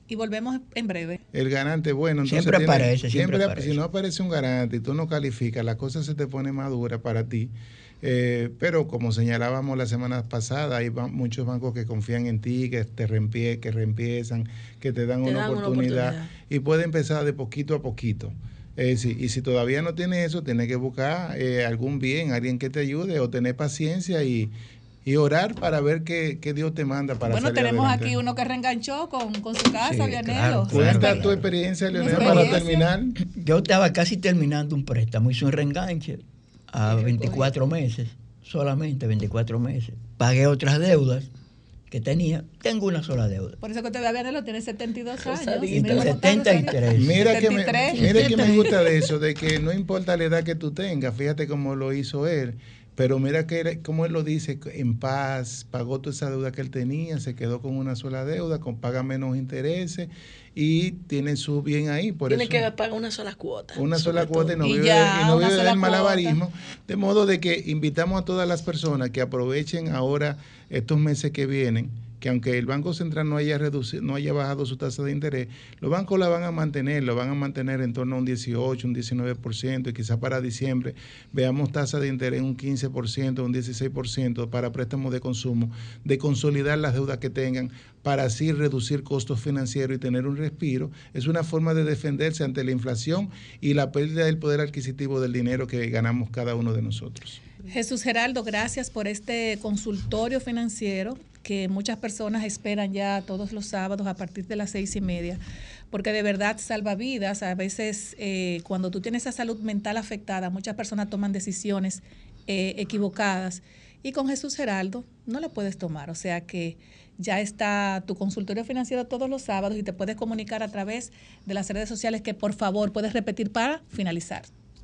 Y volvemos en breve. El garante, bueno, entonces siempre tiene, aparece, siempre, siempre aparece. Si no aparece un garante y tú no calificas, la cosa se te pone más dura para ti. Eh, pero como señalábamos la semana pasada, hay ban- muchos bancos que confían en ti, que te reimpie, que reempiezan, que te dan, Te una, dan una oportunidad, oportunidad. y puede empezar de poquito a poquito. Eh, sí, y si todavía no tienes eso, tienes que buscar eh, algún bien, alguien que te ayude, o tener paciencia y, y orar para ver qué, qué Dios te manda para Bueno, salir tenemos adelante. aquí uno que reenganchó con, con su casa, Sí, Vianelo. claro, Cuenta claro. tu experiencia, Leonel, Una para experiencia. terminar. Yo estaba casi terminando un préstamo, hice un reenganche a veinticuatro meses, solamente veinticuatro meses. Pagué otras deudas que tenía, tengo una sola deuda. Por eso que usted, Vianelo, tiene setenta y dos años. Cosadita. Y no setenta y tres. Mira que, me, setenta y tres. mira que me gusta de eso, de que no importa la edad que tú tengas, fíjate cómo lo hizo él, pero mira que él- como él lo dice, en paz, pagó toda esa deuda que él tenía, se quedó con una sola deuda, con paga menos intereses y tiene su bien ahí. Por Tiene eso, que pagar una sola cuota. una sobre sola cuota y todo. no Y vive, ya, y no una vive sola del cuota. malabarismo. De modo de que invitamos a todas las personas que aprovechen ahora estos meses que vienen, que aunque el Banco Central no haya reducido, no haya bajado su tasa de interés, los bancos la van a mantener, lo van a mantener en torno a un dieciocho, un diecinueve por ciento, y quizás para diciembre veamos tasa de interés un quince por ciento, un dieciséis por ciento para préstamos de consumo, de consolidar las deudas que tengan para así reducir costos financieros y tener un respiro. Es una forma de defenderse ante la inflación y la pérdida del poder adquisitivo del dinero que ganamos cada uno de nosotros. Jesús Geraldo, gracias por este consultorio financiero que muchas personas esperan ya todos los sábados a partir de las seis y media, porque de verdad salva vidas. A veces eh, cuando tú tienes esa salud mental afectada, muchas personas toman decisiones eh, equivocadas y con Jesús Geraldo no la puedes tomar. O sea que ya está tu consultorio financiero todos los sábados y te puedes comunicar a través de las redes sociales que por favor puedes repetir para finalizar.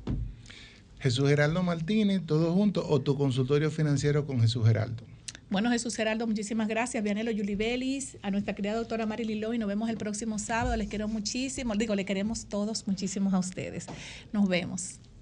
Jesús Geraldo Martínez, todos juntos, o tu consultorio financiero con Jesús Geraldo. Bueno, Jesús Geraldo, muchísimas gracias. Vianelo Yuli Belis, a nuestra querida doctora Marily Loy, nos vemos el próximo sábado. Les quiero muchísimo, digo, le queremos todos muchísimos a ustedes. Nos vemos.